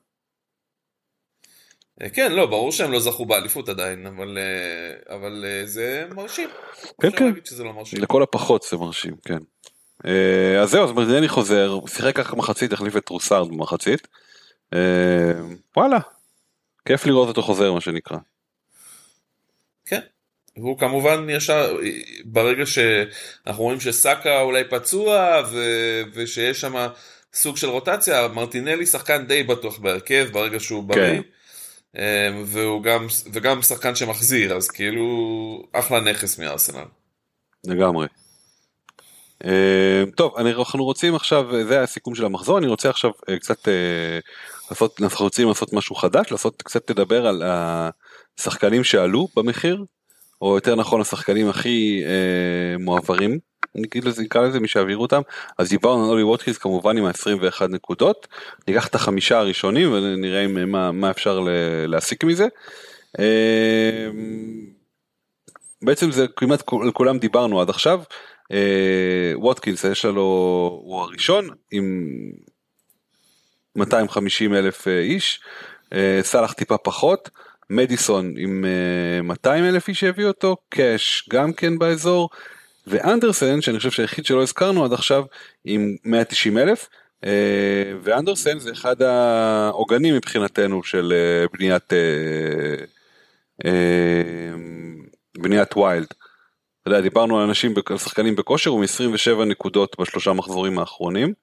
כן, לא, ברור שהם לא זכו באליפות עדיין, אבל, אבל זה מרשים. כן, כן. לא מרשים. לכל הפחות זה מרשים, כן. אז זהו, אז מרטינלי חוזר, שיחק ככה מחצית, החליף את טרוסארד במחצית. וואלה, כיף לראות אותו חוזר, מה שנקרא. כן, והוא כמובן ישר, ברגע שאנחנו רואים שסאקה אולי פצוע, ו- ושיש שם סוג של רוטציה, מרטינלי שחקן די בטוח בהרכב, ברגע שהוא בריא. כן. והוא גם, וגם שחקן שמחזיר, אז כאילו אחלה נכס מארסנל. לגמרי. טוב, אנחנו רוצים עכשיו, זה הסיכום של המחזור, אני רוצה עכשיו קצת לעשות, אנחנו רוצים לעשות משהו חדש, לעשות קצת לדבר על השחקנים שעלו במחיר, או יותר נכון השחקנים הכי מועברים, נגיד לזה, נקרא לזה, מי שהעבירו אותם, אז דיברנו על אולי ווטקינס כמובן עם ה-עשרים ואחת נקודות, ניקח את החמישה הראשונים ונראה מה, מה אפשר להסיק מזה. בעצם זה כמעט כולם דיברנו עד עכשיו, ווטקינס יש לו, הוא הראשון עם מאתיים וחמישים אלף איש, סלח טיפה פחות, מדיסון עם מאתיים אלף איש שהביא אותו, קאש גם כן באזור, ואנדרסן, שאני חושב שהיחיד שלא הזכרנו עד עכשיו, עם מאה ותשעים אלף, ואנדרסן זה אחד העוגנים מבחינתנו של בניית בניית ויילד. אתה יודע, דיברנו על אנשים, על שחקנים בכושר, הוא מ-עשרים ושבע נקודות בשלושה מחזורים האחרונים.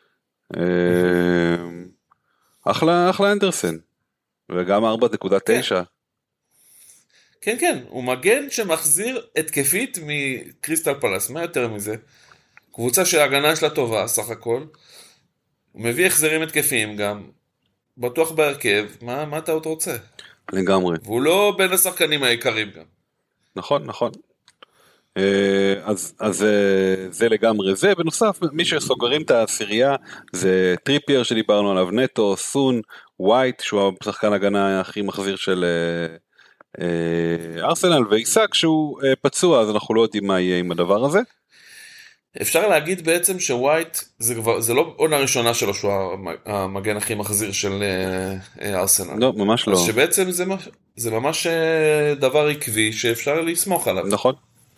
אחלה, אחלה אנדרסן. וגם ארבע נקודה תשע. כן, כן, הוא מגן שמחזיר התקפית מקריסטל פלאס, מה יותר מזה? קבוצה שההגנה שלה טובה, סך הכל. הוא מביא החזרים התקפיים גם, בטוח בהרכב, מה, מה אתה עוד רוצה? לגמרי. והוא לא בין השחקנים העיקרים גם. נכון, נכון. אז, אז זה לגמרי זה. בנוסף, מי שסוגרים את העשירייה זה טריפייר שדיברנו עליו, נטו, סון, ווייט, שהוא השחקן הגנה הכי מחזיר של ארסנל, ואיסק שהוא פצוע, אז אנחנו לא יודעים מה יהיה עם הדבר הזה. אפשר להגיד בעצם שווייט זה, כבר, זה לא עונה ראשונה שלו שהוא המגן הכי מחזיר של ארסנל. לא, ממש לא. אז שבעצם זה, זה ממש דבר עקבי שאפשר לסמוך עליו. נכון.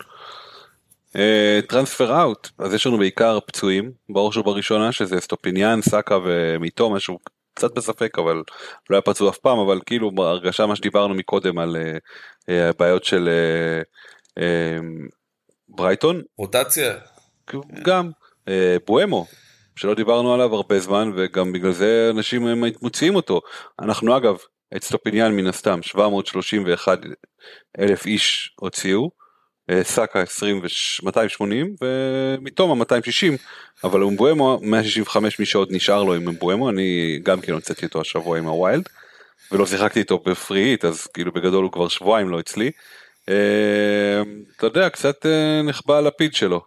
טרנספר אאוט, אז יש לנו בעיקר פצועים, בראש ובראשונה שזה סטופיניאן, סאקה ומיטו, משהו קצת בספק, אבל לא היה פצוע אף פעם, אבל כאילו בהרגשה מה שדיברנו מקודם על הבעיות של ברייטון. רוטציה. גם בואמו, שלא דיברנו עליו הרבה זמן, וגם בגלל זה אנשים מוציאים אותו. אנחנו אגב, את סטופיניאן מן הסתם, שבע מאות שלושים ואחד אלף איש הוציאו, סאקה מאתיים ושמונים ומתומה מאתיים ושישים, אבל עם בואמו מאה שישים וחמש מי שעוד נשאר לו עם בואמו, אני גם כן הוצאתי אותו השבוע עם הווילד, ולא שיחקתי איתו בפריט, אז כאילו בגדול הוא כבר שבועיים לא אצלי. אתה יודע, קצת נחבא על הפיד שלו.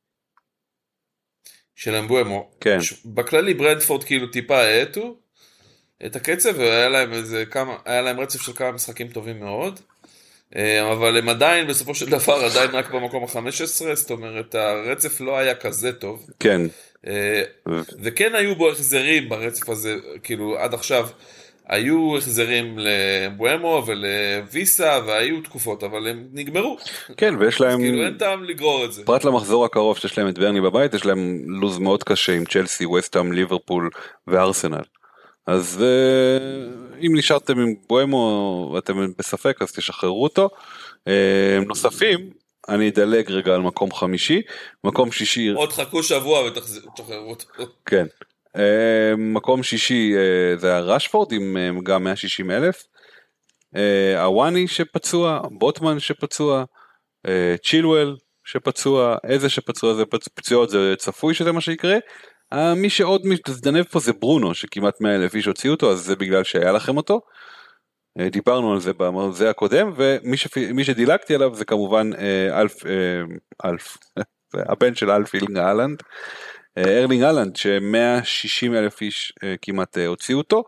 של אמבואמו. כן. בכללי ברנדפורד כאילו טיפה העטו את הקצב, והיה להם איזה כמה, היה להם רצף של כמה משחקים טובים מאוד. אבל הם עדיין בסופו של דבר עדיין רק במקום ה-חמש עשרה, זאת אומרת הרצף לא היה כזה טוב. כן. וכן היו בו החזרים ברצף הזה, כאילו עד עכשיו היו החזרים לבואמו ולוויסה והיו תקופות, אבל הם נגמרו. כן, ויש להם... כאילו אין טעם לגרור את זה. פרט למחזור הקרוב שיש להם את ברני בבית, יש להם לוז מאוד קשה עם צ'לסי, וסטהאם, ליברפול וארסנל. אז אם נשארתם עם בואמו ואתם בספק אז תשחררו אותו. נוספים, אני אדלג רגע על מקום חמישי, מקום שישי... עוד חכו שבוע ותשחררו אותו. כן, מקום שישי זה היה רשפורד עם גם מאה ושישים אלף, הוואני שפצוע, בוטמן שפצוע, צ'ילואל שפצוע, איזה שפצוע זה פציעות זה צפוי שזה מה שיקרה. מי שעוד מתזדנב פה זה ברונו, שכמעט מאה אלף איש הוציאו אותו, אז זה בגלל שהיה לכם אותו. דיברנו על זה בזה הקודם, ומי שדילגתי עליו זה כמובן אלף, אלף, הבן של אלף אילינג אהלנד, ארלינג אהלנד, ש-מאה ושישים אלף איש כמעט הוציאו אותו,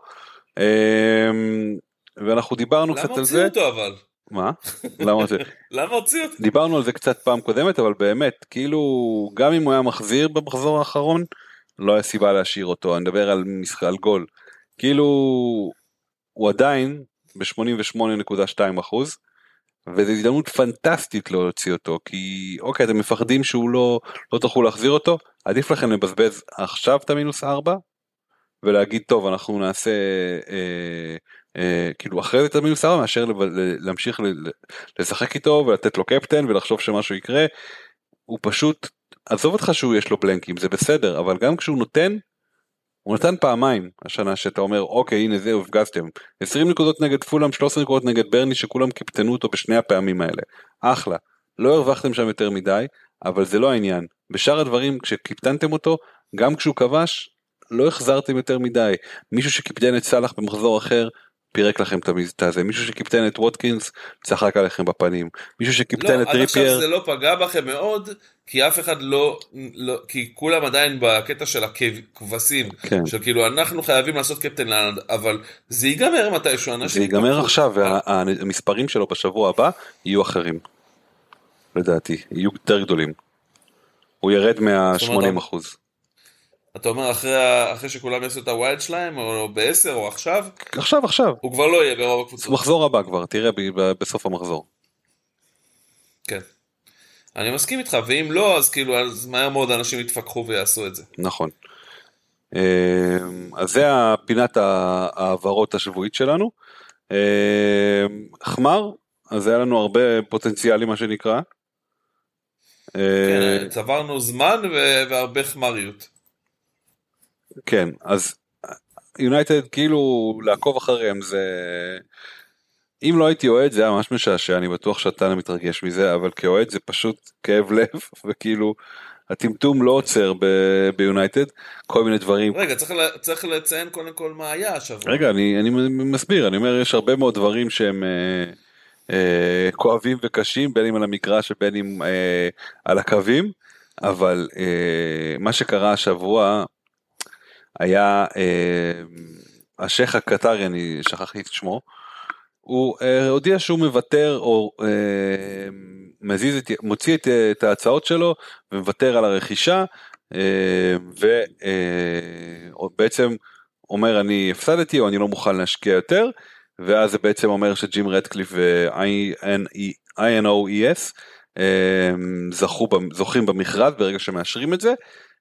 ואנחנו דיברנו קצת על זה. למה הוציאו אותו אבל? מה? למה הוציאו? למה הוציאו אותו? דיברנו על זה קצת פעם קודמת, אבל באמת, כאילו, גם אם הוא היה מחזיר במחזור האחרון, לא היה סיבה להשאיר אותו, אני מדבר על משחק, על גול, כאילו הוא עדיין ב-שמונים ושמונה נקודה שתיים אחוז, וזו הזדמנות פנטסטית לא להוציא אותו, כי אוקיי, אתם מפחדים שהוא לא, לא תוכלו להחזיר אותו, עדיף לכם לבזבז עכשיו את המינוס ארבע, ולהגיד טוב, אנחנו נעשה, אה, אה, כאילו אחרי זה את המינוס ארבע, מאשר להמשיך לשחק איתו, ולתת לו קפטן, ולחשוב שמשהו יקרה, הוא פשוט, עזוב אותך שהוא יש לו בלנקים, זה בסדר, אבל גם כשהוא נותן, הוא נתן פעמיים השנה שאתה אומר, אוקיי, הנה זה, הפגזתם. עשרים נקודות נגד פולאם, שלוש עשרה נקודות נגד ברני, שכולם קיפטנו אותו בשני הפעמים האלה. אחלה. לא הרווחתם שם יותר מדי, אבל זה לא העניין. בשאר הדברים, כשקיפטנתם אותו, גם כשהוא כבש, לא החזרתם יותר מדי. מישהו שקיפטן את סלאח במחזור אחר, פירק לכם את המזטה הזה. מישהו שקיפטן את ווטקינס, צחק עליכם בפנים. מישהו שקיפטן את טריפייר... לא, עד עכשיו זה לא פגע בכם מאוד, כי אף אחד לא, לא כי כולם עדיין בקטע של הכבשים, כן. של כאילו אנחנו חייבים לעשות קפטן לאנד, אבל זה ייגמר מתישהו, אנשים... זה ייגמר עכשיו, והמספרים שלו בשבוע הבא יהיו אחרים. לדעתי, יהיו יותר גדולים. הוא ירד מה-שמונים אחוז. אתה אומר אחרי, אחרי שכולם יעשו את הווילד שלהם, או בעשר, או עכשיו? עכשיו, עכשיו. הוא כבר לא יהיה ברוב הקבוצות. מחזור הבא כבר, תראה בסוף המחזור. כן. אני מסכים איתך, ואם לא, אז כאילו, אז מהר מאוד אנשים יתפקחו ויעשו את זה. נכון. אז זה הפינת העברות השבועית שלנו. חמר, אז היה לנו הרבה פוטנציאלי, מה שנקרא. כן, צברנו זמן והרבה חמריות. כן, אז יונייטד כאילו לעקוב אחריהם זה, אם לא הייתי אוהד זה היה ממש משעשע, אני בטוח שאתה מתרגש מזה, אבל כאוהד זה פשוט כאב לב, וכאילו הטמטום לא עוצר ביונייטד, כל מיני דברים. רגע, צריך, צריך לציין קודם כל מה היה השבוע. רגע, אני, אני מסביר, אני אומר, יש הרבה מאוד דברים שהם אה, אה, כואבים וקשים, בין אם על המגרש ובין אם אה, על הקווים, אבל אה, מה שקרה השבוע היה אה, השייח הקטרי, אני שכחתי את שמו, הוא אה, הודיע שהוא מוותר או אה, מזיז את, מוציא את, את ההצעות שלו ומוותר על הרכישה, אה, ובעצם אומר אני הפסדתי או אני לא מוכן להשקיע יותר, ואז זה בעצם אומר שג'ים רדקליף ו-איי אן או אי אס זכו, זוכים במכרז ברגע שמאשרים את זה.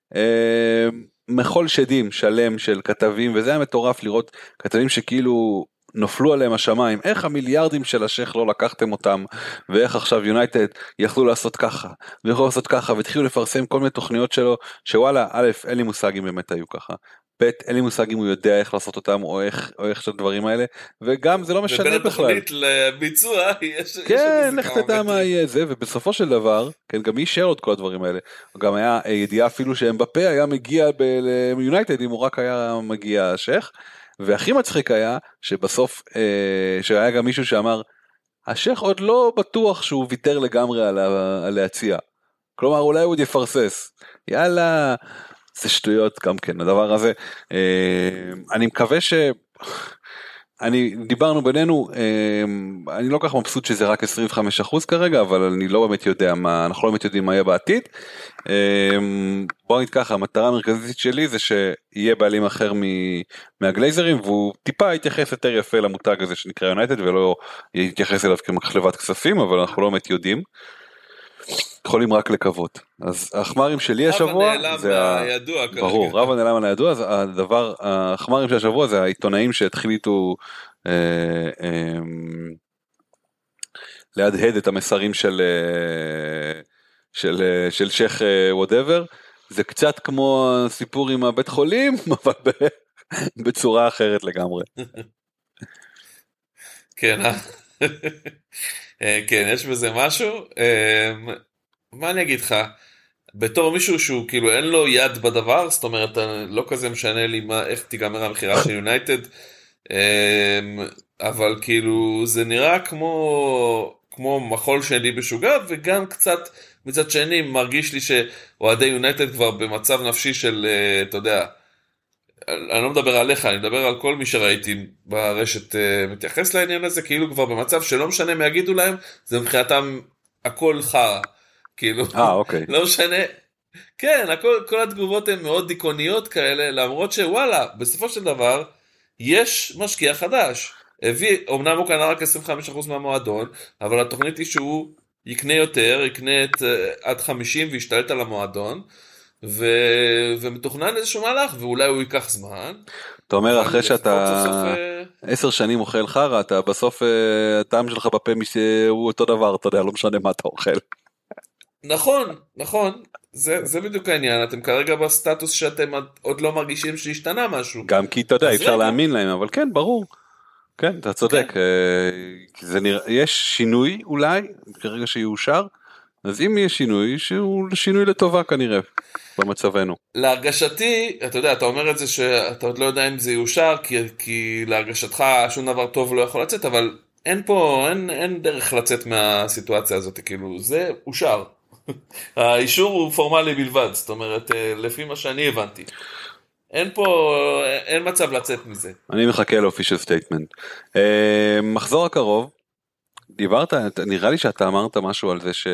מחול שדים שלם של כתבים, וזה היה מטורף לראות כתבים שכאילו נופלו עליהם השמיים, איך המיליארדים של השייך לא לקחתם אותם, ואיך עכשיו יונייטד יכלו לעשות ככה, ויכולו לעשות ככה, והתחילו לפרסם כל מיני תוכניות שלו, שוואלה, א', אין לי מושג אם באמת היו ככה, ב', אין לי מושג אם הוא יודע איך לעשות אותם, או איך, או איך של הדברים האלה, וגם זה לא משנה בכלל. ובין התוכנית לביצוע, יש... כן, לך תדע מה יהיה זה, ובסופו של דבר, כן, גם מי אישר עוד כל הדברים האלה, גם היה ידיעה אפילו שאמבפה היה מגיע ליונייטד, אם הוא רק היה מגיע השייך, והכי מצחיק היה שבסוף, אה, שהיה גם מישהו שאמר, השייך עוד לא בטוח שהוא ויתר לגמרי על, ה, על להציע. כלומר, אולי הוא עוד יפרסס. יאללה, זה שטויות גם כן, הדבר הזה. אה, אני מקווה ש... אני, דיברנו בינינו, אה, אני לא כך מבסוט שזה רק עשרים וחמישה אחוז כרגע, אבל אני לא באמת יודע מה, אנחנו לא באמת יודעים מה יהיה בעתיד. אה, בוא נגיד ככה, המטרה המרכזית שלי זה שיהיה בעלים אחר מהגלייזרים, והוא טיפה יתייחס יותר יפה למותג הזה שנקרא יונייטד, ולא יתייחס אליו כמחלבת כספים, אבל אנחנו לא באמת יודעים. יכולים רק לקוות. אז החמרים שלי השבוע, זה הידוע, ברור, רב הנעלם על הידוע, אז הדבר, החמרים של השבוע זה העיתונאים שהתחליטו אה, אה, להדהד את המסרים של אה, של, אה, של שייך וואטאבר, זה קצת כמו הסיפור עם הבית חולים, אבל בצורה אחרת לגמרי. כן, כן, יש בזה משהו. מה אני אגיד לך? בתור מישהו שהוא כאילו אין לו יד בדבר, זאת אומרת, לא כזה משנה לי מה, איך תיגמר המחירה של יונייטד, אבל כאילו זה נראה כמו, כמו מחול שני בשוגע, וגם קצת מצד שני מרגיש לי שאוהדי יונייטד כבר במצב נפשי של, אתה יודע, אני לא מדבר עליך, אני מדבר על כל מי שראיתי ברשת מתייחס לעניין הזה, כאילו כבר במצב שלא משנה מה יגידו להם, זה מבחינתם הכל חרא, כאילו, אה, אוקיי. לא משנה, כן, הכל, כל התגובות הן מאוד דיכאוניות כאלה, למרות שוואלה, בסופו של דבר, יש משקיע חדש, הביא, אמנם הוא קנה רק עשרים וחמישה אחוז מהמועדון, אבל התוכנית היא שהוא יקנה יותר, יקנה את, עד חמישים וישתלט על המועדון, ו... ומתוכנן איזשהו מהלך, ואולי הוא ייקח זמן. אתה אומר, אחרי שאתה עשר שנים אוכל חרא, אתה בסוף, הטעם שלך בפה הוא אותו דבר, אתה יודע, לא משנה מה אתה אוכל. נכון, נכון, זה, זה בדיוק העניין, אתם כרגע בסטטוס שאתם עוד לא מרגישים שהשתנה משהו. גם כי אתה יודע, אי אפשר להאמין להם, אבל כן, ברור. כן, אתה צודק. זה נראה, יש שינוי אולי, כרגע שיאושר, אז אם יש שינוי, שהוא שינוי לטובה כנראה, במצבנו. להרגשתי, אתה יודע, אתה אומר את זה שאתה עוד לא יודע אם זה יאושר, כי, כי להרגשתך שום דבר טוב לא יכול לצאת, אבל אין פה, אין, אין דרך לצאת מהסיטואציה הזאת, כאילו, זה אושר. האישור הוא פורמלי בלבד, זאת אומרת, לפי מה שאני הבנתי. אין פה, אין מצב לצאת מזה. אני מחכה לאופישל סטייטמנט. מחזור הקרוב, דיברת, נראה לי שאתה אמרת משהו על זה ש...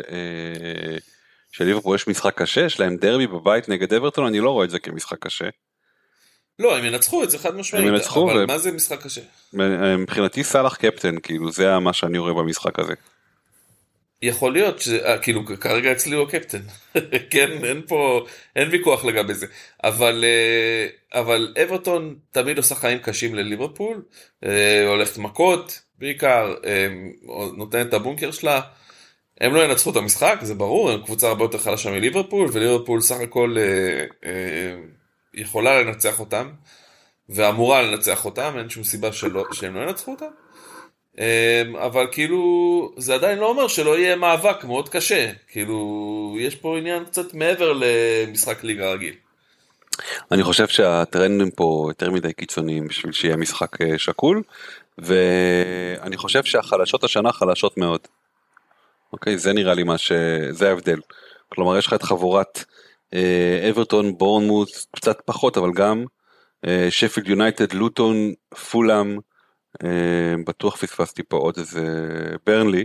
שליברפול יש משחק קשה, יש להם דרבי בבית נגד אברטון, אני לא רואה את זה כמשחק קשה. לא, הם ינצחו את זה חד משמעית, הם ינצחו, אבל ו... מה זה משחק קשה? מבחינתי סלח קפטן, כאילו זה מה שאני רואה במשחק הזה. יכול להיות, ש... כאילו כרגע אצלי הוא קפטן, כן, אין פה, אין ויכוח לגבי זה, אבל, אבל אברטון תמיד עושה חיים קשים לליברפול, הולכת מכות, בעיקר נותנת את הבונקר שלה, הם לא ינצחו את המשחק, זה ברור, הם קבוצה הרבה יותר חלשה מליברפול, וליברפול סך הכל אה, אה, יכולה לנצח אותם, ואמורה לנצח אותם, אין שום סיבה שלא, שהם לא ינצחו אותם. אבל כאילו זה עדיין לא אומר שלא יהיה מאבק מאוד קשה, כאילו יש פה עניין קצת מעבר למשחק ליגה רגיל. אני חושב שהטרנדים פה יותר מדי קיצוניים בשביל שיהיה משחק שקול, ואני חושב שהחלשות השנה חלשות מאוד. אוקיי, זה נראה לי מה ש... זה ההבדל. כלומר, יש לך את חבורת אברטון, בורנמות' קצת פחות, אבל גם שפילד יונייטד, לוטון, פולאם, בטוח פספסתי פה עוד איזה ברנלי,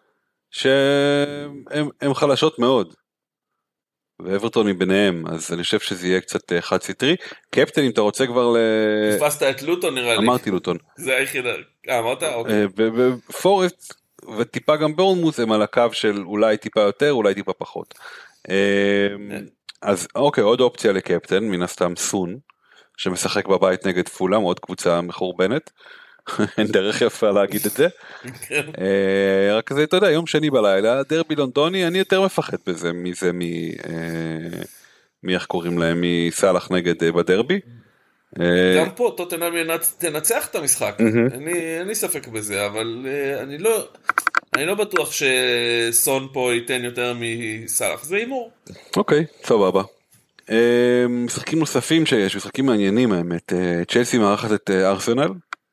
שהן חלשות מאוד. ואברטון מביניהם, אז אני חושב שזה יהיה קצת חד סטרי. קפטן, אם אתה רוצה כבר ל... תפסת את לוטון נראה לי. אמרתי לוטון. זה היחידה. אה, אמרת? אוקיי. ופורסט וטיפה גם בורנמות' הם על הקו של אולי טיפה יותר, אולי טיפה פחות. אז אוקיי, עוד אופציה לקפטן, מן הסתם סון, שמשחק בבית נגד פולאם, עוד קבוצה מחורבנת. אין דרך יפה להגיד את זה. רק זה, אתה יודע, יום שני בלילה, דרבי לונדוני, אני יותר מפחד בזה, מזה, מי איך קוראים להם, מסלח נגד בדרבי. גם פה, טוטנהאם תנצח את המשחק, אין לי ספק בזה, אבל אני לא, אני לא בטוח שסון פה ייתן יותר מסלח, זה אימור. אוקיי, סבבה. משחקים נוספים שיש, משחקים מעניינים האמת, צ'לסי מארחת את ארסנל.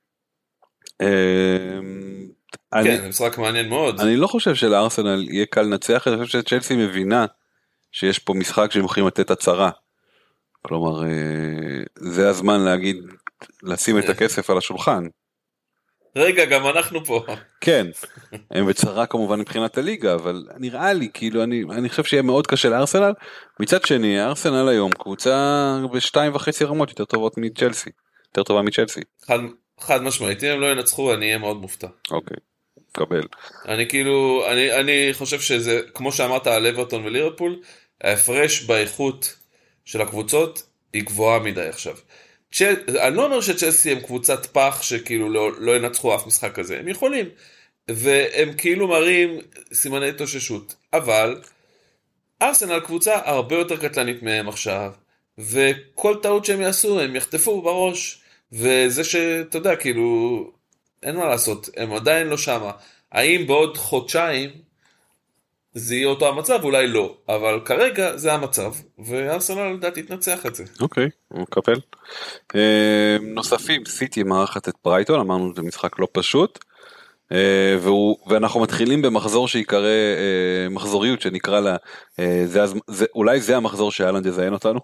כן, זה משחק מעניין מאוד. אני לא חושב שלארסנל יהיה קל לנצח, אני חושב שצ'לסי מבינה שיש פה משחק שהם יכולים לתת הצהרה. כלומר, זה הזמן להגיד, לשים את הכסף על השולחן. רגע, גם אנחנו פה. כן, הם בצרה כמובן מבחינת הליגה, אבל נראה לי, כאילו, אני, אני חושב שיהיה מאוד קשה לארסנל. מצד שני, ארסנל היום קבוצה בשתיים וחצי רמות יותר טובות מצ'לסי, יותר טובה מצ'לסי. חד, חד משמעית, אם הם לא ינצחו, אני אהיה מאוד מופתע. אוקיי, קבל. אני כאילו, אני, אני חושב שזה, כמו שאמרת על אברטון וליברפול, ההפרש באיכות של הקבוצות היא גבוהה מדי עכשיו. צ'ל... אני לא אומר שצ'לסי הם קבוצת פח שכאילו לא, לא ינצחו אף משחק כזה, הם יכולים, והם כאילו מראים סימני תוששות, אבל ארסנל קבוצה הרבה יותר קטלנית מהם עכשיו, וכל טעות שהם יעשו הם יחטפו בראש, וזה שאתה יודע כאילו אין מה לעשות, הם עדיין לא שמה. האם בעוד חודשיים זה יהיה אותו המצב? אולי לא, אבל כרגע זה המצב, וארסנל לדעתי תנצח את זה. אוקיי, הוא מקבל. נוספים, סיטי מארחת את ברייטון, אמרנו זה משחק לא פשוט, ואנחנו מתחילים במחזור שיקרא מחזוריות, שנקרא לה, אולי זה המחזור שהאלנד יזיין אותנו.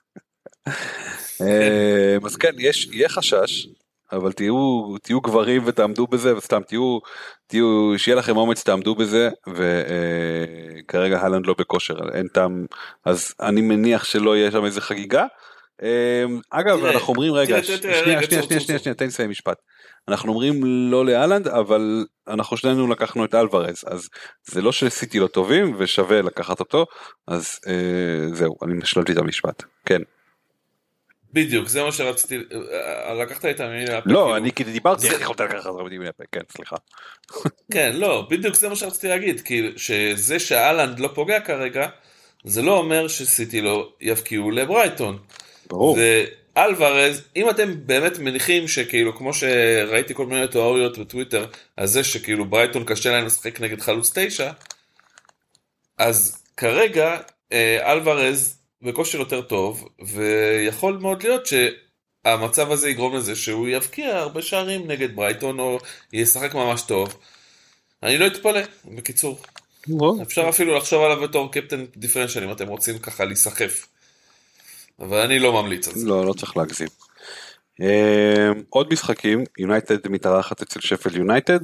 אז כן, יהיה חשש, אבל תהיו, תהיו גברים ותעמדו בזה, וסתם תהיו, תהיו, שיהיה לכם אומץ, תעמדו בזה, וכרגע הלנד לא בכושר, אין טעם, אז אני מניח שלא יהיה שם איזה חגיגה. אגב, אנחנו אומרים, רגע, שנייה, שנייה, שנייה, שנייה, תן לסיים משפט. אנחנו אומרים לא להלנד, אבל אנחנו שנינו לקחנו את אלוורז, אז זה לא שסיטי לא טובים, ושווה לקחת אותו, אז זהו, אני משלמתי את המשפט, כן. בדיוק, זה מה שרציתי, לקחת את המילים מהפה. לא, אני כאילו דיברתי, אני יכולת לקחת את המילים מהפה, כן, סליחה. כן, לא, בדיוק זה מה שרציתי להגיד, כי שזה שהאלנד לא פוגע כרגע, זה לא אומר שסיטי לא יפקיעו לברייטון. ברור. ואלוורז, אם אתם באמת מניחים שכאילו, כמו שראיתי כל מיני תיאוריות בטוויטר, על זה שכאילו ברייטון קשה להם לשחק נגד חלוץ תשע, אז כרגע אלוורז בכושר יותר טוב, ויכול מאוד להיות שהמצב הזה יגרום לזה שהוא יבקיע הרבה שערים נגד ברייטון, או ישחק ממש טוב. אני לא אתפלא, בקיצור. אפשר אפילו לחשוב עליו בתור קפטן דיפרנציאל, אם אתם רוצים ככה להיסחף. אבל אני לא ממליץ על זה. לא, לא צריך להגזים. עוד משחקים, יונייטד מתארחת אצל שפילד יונייטד.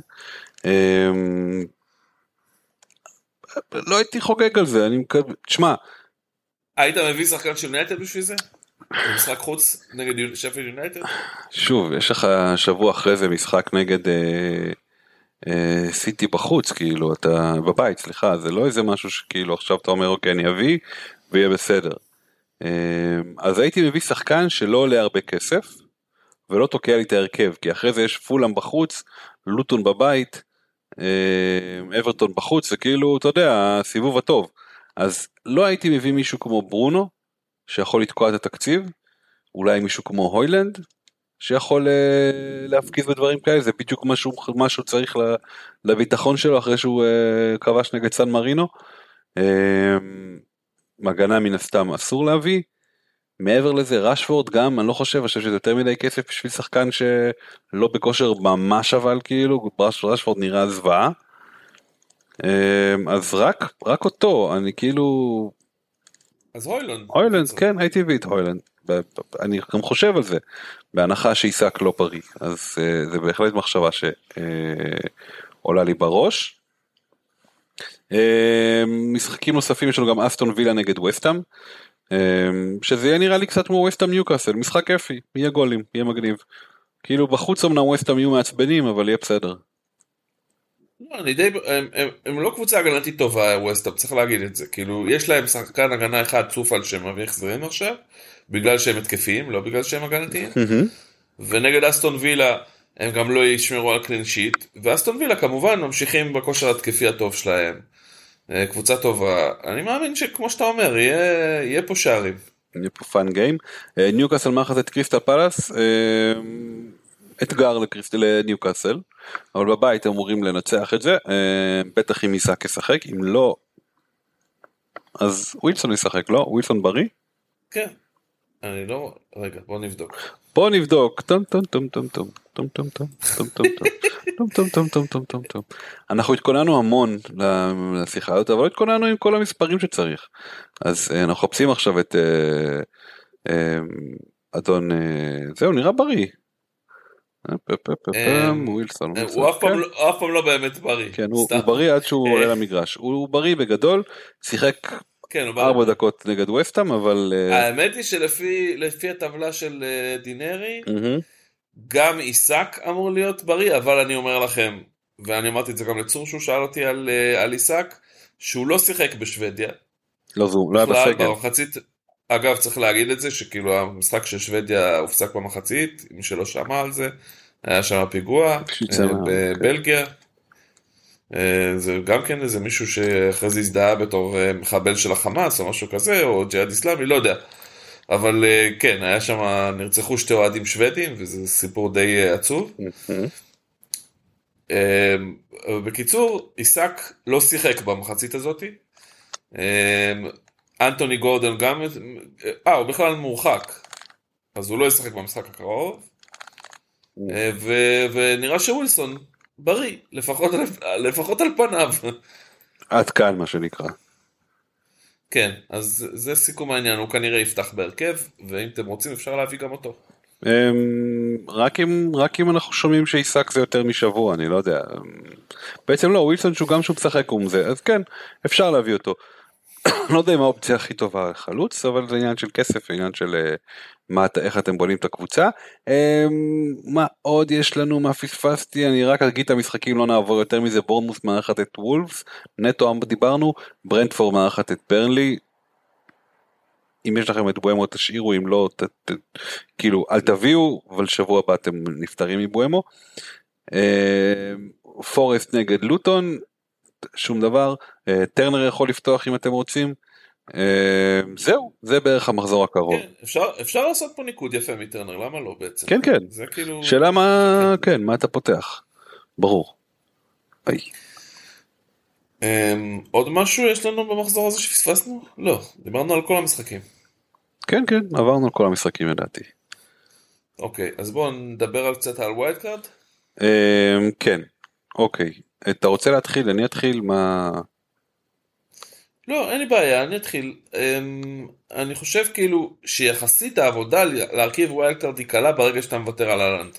לא הייתי חוגג על זה, אני מקווה, תשמע, היית מביא שחקן של יונייטד בשביל זה? משחק חוץ נגד שפילד יונייטד? שוב, יש לך שבוע אחרי זה משחק נגד אה, אה, סיטי בחוץ, כאילו, אתה בבית, סליחה, זה לא איזה משהו שכאילו עכשיו אתה אומר, אוקיי, אני אביא ויהיה בסדר. אה, אז הייתי מביא שחקן שלא עולה הרבה כסף, ולא תוקע לי את ההרכב, כי אחרי זה יש פולאם בחוץ, לוטון בבית, אה, אברטון בחוץ, זה כאילו, אתה יודע, הסיבוב הטוב. אז לא הייתי מביא מישהו כמו ברונו, שיכול לתקוע את התקציב, אולי מישהו כמו הוילנד, שיכול להפקיז בדברים כאלה, זה בדיוק משהו, משהו צריך לביטחון שלו, אחרי שהוא כבש נגד סן מרינו. מגנה מן הסתם אסור להביא, מעבר לזה רשפורד גם, אני לא חושב, אני חושב שזה יותר מדי כסף בשביל שחקן שלא בכושר ממש, אבל כאילו, רשפורד נראה זוועה, אז רק, רק אותו, אני כאילו... אז הוילנד. הוילנד, כן, הייתי הביא את הוילנד, אני גם חושב על זה, בהנחה שעיסק לא בריא, אז זה בהחלט מחשבה שעולה לי בראש. משחקים נוספים יש לנו גם אסטון וילה נגד וסטהאם, שזה יהיה נראה לי קצת כמו וסטהאם ניוקאסל, משחק כיפי, יהיה גולים, יהיה מגניב, כאילו בחוץ אמנם וסטהאם יהיו מעצבנים, אבל יהיה בסדר. לא, אני די, הם, הם, הם לא קבוצה הגנתית טובה, ווסטהאם, צריך להגיד את זה, כאילו יש להם שחקן הגנה אחד צופל שהם מביא החזרים עכשיו, בגלל שהם התקפיים, לא בגלל שהם הגנתיים, ונגד אסטון וילה הם גם לא ישמרו על קלין שיט, ואסטון וילה כמובן ממשיכים בכושר התקפי הטוב שלהם, קבוצה טובה, אני מאמין שכמו שאתה אומר, יהיה, יהיה פה שערים. יהיה פה פאן גיים. ניוקאסל מאחז את קריסטל פלאס, אתגר לניוקאסל, אבל בבית הם אמורים לנצח את זה, בטח אם איסק ישחק, אם לא, אז ווילסון ישחק, לא? ווילסון בריא? כן, אני לא, רגע, בוא נבדוק. בוא נבדוק, טום טום טום טום טום טום טום טום טום טום טום טום טום טום טום טום טום. אנחנו התכוננו המון לשיחה הזאת, אבל התכוננו עם כל המספרים שצריך, אז אנחנו חופשים עכשיו את אדון, זהו, נראה בריא. ווילסון, הוא אף פעם לא באמת בריא. כן, הוא בריא עד שהוא עולה למגרש, הוא בריא בגדול, שיחק ארבע דקות נגד וסטהאם, אבל... האמת היא שלפי הטבלה של דינרי, גם איסק אמור להיות בריא, אבל אני אומר לכם, ואני אמרתי את זה גם לצור שהוא שאל אותי על איסק, שהוא לא שיחק בשוודיה. לא זו, לא היה בסגל. אגב, צריך להגיד את זה, שכאילו המשחק של שוודיה הופסק במחצית, מי שלא שמע על זה, היה שם פיגוע בבלגיה. זה גם כן איזה מישהו שאחרי זה הזדהה בתור מחבל של החמאס או משהו כזה, או ג'יהאד איסלאמי, לא יודע. אבל כן, היה שם, נרצחו שתי אוהדים שוודים, וזה סיפור די עצוב. בקיצור, איסק לא שיחק במחצית הזאת. אנטוני גורדון גם, אה, הוא בכלל מורחק, אז הוא לא ישחק במשחק הקרוב, ונראה שווילסון בריא, לפחות על פניו. עד כאן מה שנקרא. כן, אז זה סיכום העניין, הוא כנראה יפתח בהרכב, ואם אתם רוצים אפשר להביא גם אותו. רק אם, רק אם אנחנו שומעים שעיסק זה יותר משבוע, אני לא יודע. בעצם לא, ווילסון שהוא גם שהוא משחק עם זה, אז כן, אפשר להביא אותו. לא יודע אם האופציה הכי טובה לחלוץ, אבל זה עניין של כסף, עניין של מה, איך אתם בונים את הקבוצה. מה עוד יש לנו, מה פספסתי, אני רק אגיד את המשחקים, לא נעבור יותר מזה. בורנמוס מארחת את וולפס, נטו דיברנו, ברנטפורד מארחת את ברנלי, אם יש לכם את בואמו תשאירו, אם לא, ת, ת, כאילו אל תביאו, אבל שבוע הבא אתם נפטרים מבואמו. פורסט נגד לוטון, שום דבר, טרנר יכול לפתוח אם אתם רוצים, זהו, זה בערך המחזור הקרוב. כן, אפשר, אפשר לעשות פה ניקוד יפה מטרנר, למה לא בעצם? כן, כן, זה כאילו... שאלה מה, כן, כן, מה אתה פותח, ברור. ביי. עוד משהו יש לנו במחזור הזה שפספסנו? לא, דיברנו על כל המשחקים. כן, כן, עברנו על כל המשחקים לדעתי. אוקיי, אז בואו נדבר על קצת על ווילד קארד? כן, אוקיי. אתה רוצה להתחיל? אני אתחיל מה... לא, אין לי בעיה, אני אתחיל. אני חושב כאילו שיחסית העבודה להרכיב ווילד קארד היא קלה ברגע שאתה מוותר על הלנד.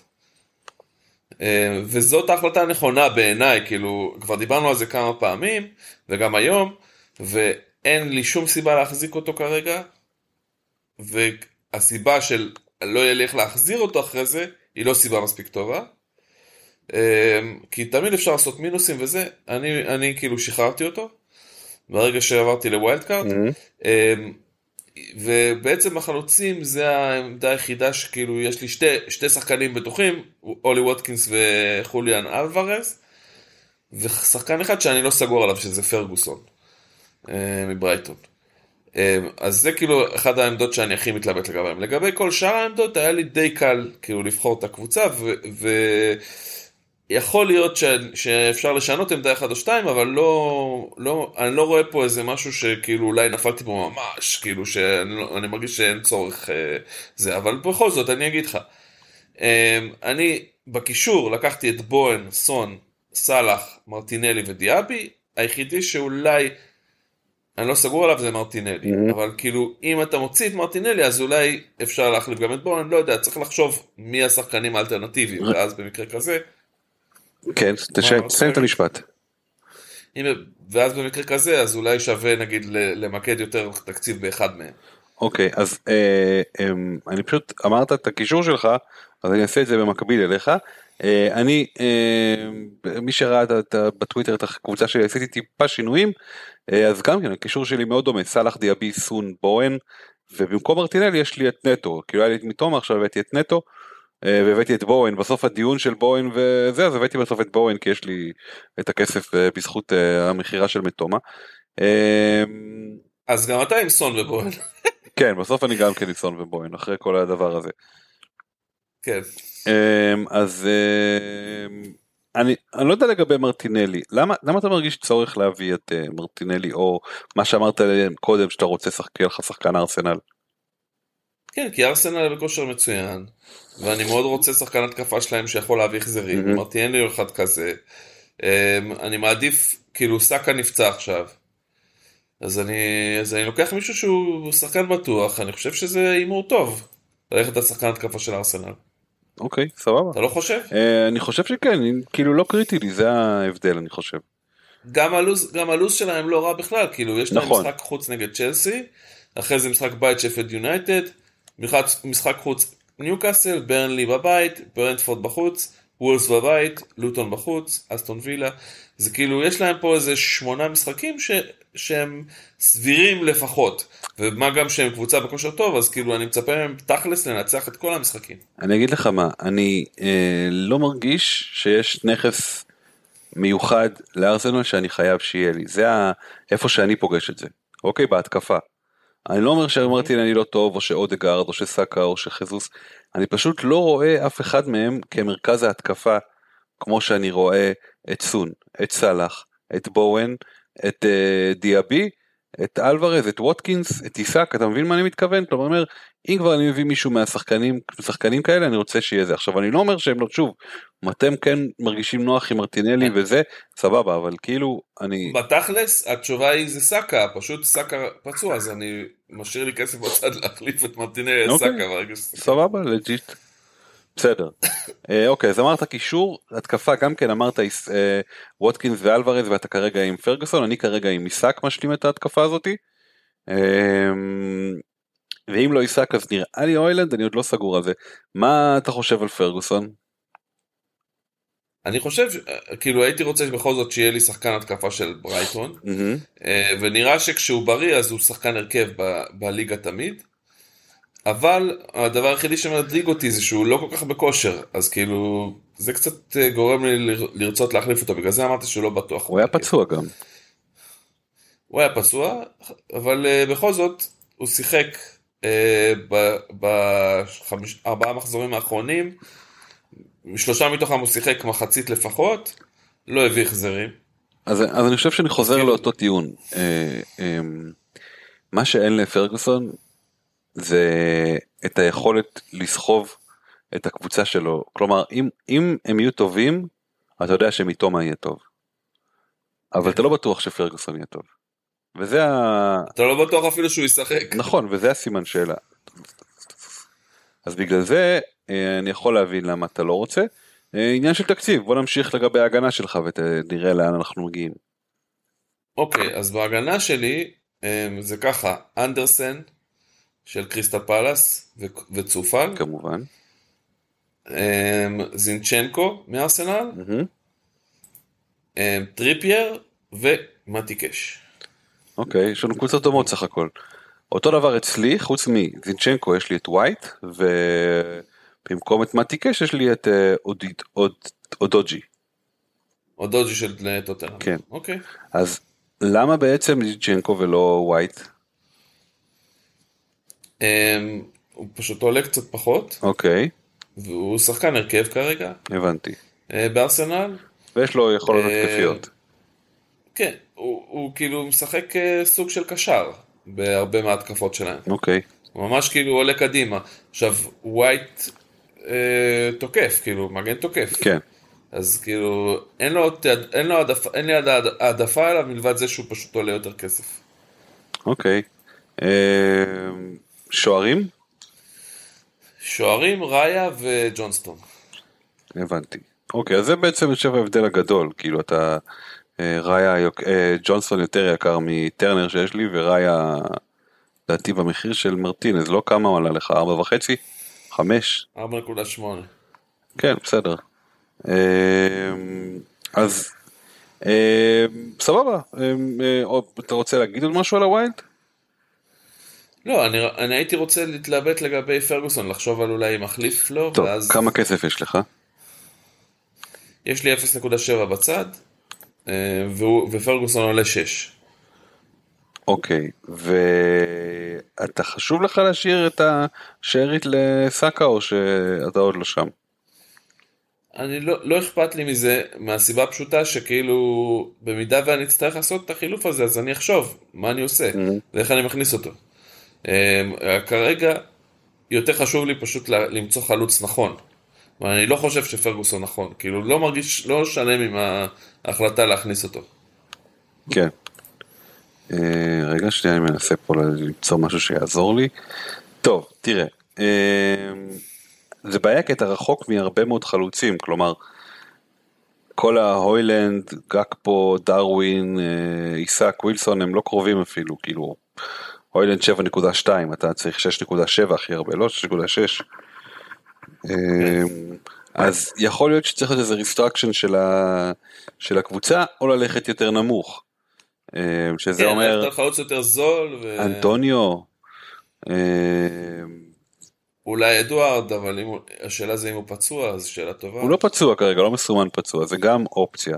וזאת ההחלטה הנכונה בעיניי, כאילו, כבר דיברנו על זה כמה פעמים, וגם היום, ואין לי שום סיבה להחזיק אותו כרגע, והסיבה של לא יהיה לי איך להחזיר אותו אחרי זה, היא לא סיבה מספיק טובה, כי תמיד אפשר לעשות מינוסים וזה, אני, אני כאילו שחררתי אותו, ברגע שעברתי לווילד קארד, ובעצם החלוצים זה העמדה היחידה שכאילו יש לי שתי, שתי שחקנים בטוחים, אולי ווטקינס וחוליאן אלוורז, ושחקן אחד שאני לא סגור עליו שזה פרגוסון מברייטון. אז זה כאילו אחד העמדות שאני הכי מתלבט לגביהם. לגבי כל שאר העמדות היה לי די קל כאילו לבחור את הקבוצה, ויכול להיות ש... שאפשר לשנות עמדה אחד או שתיים, אבל לא, לא, אני לא רואה פה איזה משהו שכאילו אולי נפלתי פה ממש, כאילו שאני לא, אני מרגיש שאין צורך זה, אבל בכל זאת אני אגיד לך, אני בקישור לקחתי את בוהן, סון, סלח, מרטינלי ודיאבי, היחידי שאולי אני לא סגור עליו זה מרטינלי, mm-hmm. אבל כאילו אם אתה מוציא את מרטינלי אז אולי אפשר להחליף גם את בוהן, לא יודע, צריך לחשוב מי השחקנים האלטרנטיביים, ואז במקרה כזה כן, תסיים את המשפט. ואז במקרה כזה אז אולי שווה נגיד למקד יותר תקציב באחד מהם. אוקיי, אז אה, אה, אני פשוט אמרת את הקישור שלך, אז אני אעשה את זה במקביל אליך. אה, אני, אה, מי שראה את, בטוויטר את הקבוצה שלי, עשיתי טיפה שינויים, אה, אז גם כן, הקישור שלי מאוד דומה, סלח, דיאבי, סון, בוהן, ובמקום מרטינלי יש לי את נטו, כאילו היה לי את מתומה, עכשיו הבאתי את נטו, אה, והבאתי את בוהן, בסוף הדיון של בוהן וזה, אז הבאתי בסוף את בוהן, כי יש לי את הכסף אה, בזכות אה, המחירה של מתומה. אה, אז גם אתה עם סון ובוהן. כן, בסוף אני גם כן ניסון ובוהן, אחרי כל הדבר הזה. כן. אז אני, אני לא יודע לגבי מרטינלי, למה, למה אתה מרגיש צורך להביא את מרטינלי, או מה שאמרת קודם, שאתה רוצה שחקן לך שחקן ארסנל? כן, כי ארסנל בכושר מצוין, ואני מאוד רוצה שחקן התקפה שלהם שיכול להביא חזרים, mm-hmm. מרטינלי הוא אחד כזה, אני מעדיף, כאילו סאקה נפצע עכשיו, אז אני, אז אני לוקח מישהו שהוא שחקן בטוח, אני חושב שזה אימור טוב, ללכת לשחקן התקפה של ארסנל. אוקיי, סבבה. אתה לא חושב? אה, אני חושב שכן, כאילו לא קריטי לי, זה ההבדל אני חושב. גם הלוז, גם הלוז שלהם לא רע בכלל, כאילו יש להם נכון. משחק חוץ נגד צ'לסי, אחרי זה משחק בית שפילד יונייטד, משחק חוץ ניוקאסל, ברנלי בבית, ברנטפורד בחוץ, וולס בבית, לוטון בחוץ, אסטון וילה, זה כאילו יש להם פה איזה שמונה משחקים ש... שהם סבירים לפחות, ומה גם שהם קבוצה בכושר טוב, אז כאילו אני מצפה מהם תכלס לנצח את כל המשחקים. אני אגיד לך מה, אני אה, לא מרגיש שיש נכס מיוחד לארסנל שאני חייב שיהיה לי, זה ה... איפה שאני פוגש את זה, אוקיי, בהתקפה. אני לא אומר שאמרתי אני לא טוב, או שאודגארד, או שסאקה, או שחזוס, אני פשוט לא רואה אף אחד מהם כמרכז ההתקפה, כמו שאני רואה את סון, את סלח, את בוהן, את uh, דיאבי, את אלוורז, את ווטקינס, את איסק, אתה מבין מה אני מתכוון? כלומר, אומר, אם כבר אני מביא מישהו מהשחקנים, שחקנים כאלה, אני רוצה שיהיה זה. עכשיו, אני לא אומר שהם לא, שוב, אתם כן מרגישים נוח עם מרטינלי וזה, סבבה, אבל כאילו, אני... בתכלס, התשובה היא זה סאקה, פשוט סאקה פצוע, אז אני משאיר לי כסף בצד להחליף את מרטינלי לסאקה. סבבה, לג'יט. בסדר. אוקיי, אז אמרת קישור, התקפה גם כן, אמרת ווטקינס ואלוורז, ואתה כרגע עם פרגוסון, אני כרגע עם איסק משלים את ההתקפה הזאת, ואם לא איסק אז נראה לי אוילנד, אני עוד לא סגור על זה. מה אתה חושב על פרגוסון? אני חושב, כאילו הייתי רוצה שבכל זאת שיהיה לי שחקן התקפה של ברייטון, ונראה שכשהוא בריא אז הוא שחקן הרכב בליגה תמיד, אבל הדבר היחידי שמדאיג אותי זה שהוא לא כל כך בכושר, אז כאילו זה קצת גורם לי לרצות להחליף אותו, בגלל זה אמרתי שהוא לא בטוח. הוא היה פצוע גם. הוא היה פצוע, אבל בכל זאת הוא שיחק בארבעה מחזורים האחרונים, שלושה מתוכם הוא שיחק מחצית לפחות, לא הביא החזרים. אז, אז אני חושב שאני חוזר לאותו טיעון. מה שאין לפרגוסון, זה את היכולת לסחוב את הקבוצה שלו. כלומר, אם, אם הם יהיו טובים, אתה יודע שמתומה יהיה טוב. אבל אתה לא בטוח שפרגוסון יהיה טוב. וזה ה... אתה לא בטוח אפילו שהוא ישחק. נכון, וזה הסימן שאלה. אז בגלל זה, אני יכול להבין למה אתה לא רוצה. עניין של תקציב, בוא נמשיך לגבי ההגנה שלך, ונראה לאן אנחנו מגיעים. אוקיי, אז בהגנה שלי, זה ככה, אנדרסן, של קריסטל פלאס וצופל כמובן, זינצ'נקו מארסנל, טריפייר ומטיקש. אוקיי, יש לנו קבוצות דומות סך הכל. אותו דבר אצלי, חוץ מזינצ'נקו יש לי את ווייט, ובמקום את מטיקש יש לי את אודוג'י. אודוג'י של טוטנהאם. כן. אוקיי. אז למה בעצם זינצ'נקו ולא ווייט? אמ, הוא פשוט עולה קצת פחות, אוקיי, והוא שחקן הרכב כרגע, הבנתי. אה, בארסנל. ויש לו יכולות אה, התקפיות. כן, הוא, הוא כאילו משחק אה, סוג של קשר בהרבה מההתקפות שלהם. אוקיי, הוא ממש כאילו עולה קדימה. עכשיו, ווייט אה, תוקף, כאילו, מגן תוקף. כן. אז כאילו, אין לו, אין לו העדפה, אין לי העדפה עליו מלבד זה שהוא פשוט עולה יותר כסף. אוקיי. אה, שוערים? שוערים, ראיה וג'ונסטון. הבנתי. אוקיי, אז זה בעצם אני חושב ההבדל הגדול, כאילו אתה, אה, ראיה, יוק- אה, ג'ונסון יותר יקר מטרנר שיש לי, וראיה, לדעתי במחיר של מרטינז, לא כמה עלה לך, ארבע וחצי? חמש? ארבע נקודה שמונה. כן, בסדר. אה, אז, אה, סבבה, אה, אה, עוד- אתה רוצה להגיד עוד משהו על הוויילד? לא, אני, אני הייתי רוצה להתלבט לגבי פרגוסון, לחשוב על אולי מחליף לו, טוב, ואז כמה כסף יש לך? יש לי אפס נקודה שבע בצד, אה, והוא, ופרגוסון עולה שש. אוקיי, ואתה חשוב לך להשאיר את השארית לסאקה או שאתה עוד לא שם? אני לא, לא אכפת לי מזה, מהסיבה הפשוטה שכאילו, במידה ואני אצטרך לעשות את החילוף הזה, אז אני אחשוב מה אני עושה, ואיך אני מכניס אותו. אה, כרגע, יותר חשוב לי פשוט ל- למצוא חלוץ נכון. ואני לא חושב שפרגוסון נכון, כאילו לא מרגיש, לא שלם עם ההחלטה להכניס אותו. כן. אה, רגע שנייה, אני מנסה פה למצוא משהו שיעזור לי. טוב, תראה, אה, זה בעיה כי אתה רחוק מהרבה מאוד חלוצים, כלומר, כל ההוילנד, גקפו, דרווין, אה, איסק, ווילסון, הם לא קרובים אפילו, כאילו, הוילנד שבע נקודה שתיים, אתה צריך שש נקודה שבע הכי הרבה, לא שש נקודה שש. אז יכול להיות שצריך להיות איזה ריסטרקשן של, ה... של הקבוצה, או ללכת יותר נמוך. שזה כן, אומר ללכת על חלוץ יותר זול, ו... אנטוניו, אולי אדוארד, אבל אם... הוא- השאלה זה אם הוא פצוע, אז שאלה טובה. הוא לא פצוע כרגע, לא מסומן פצוע, זה גם אופציה.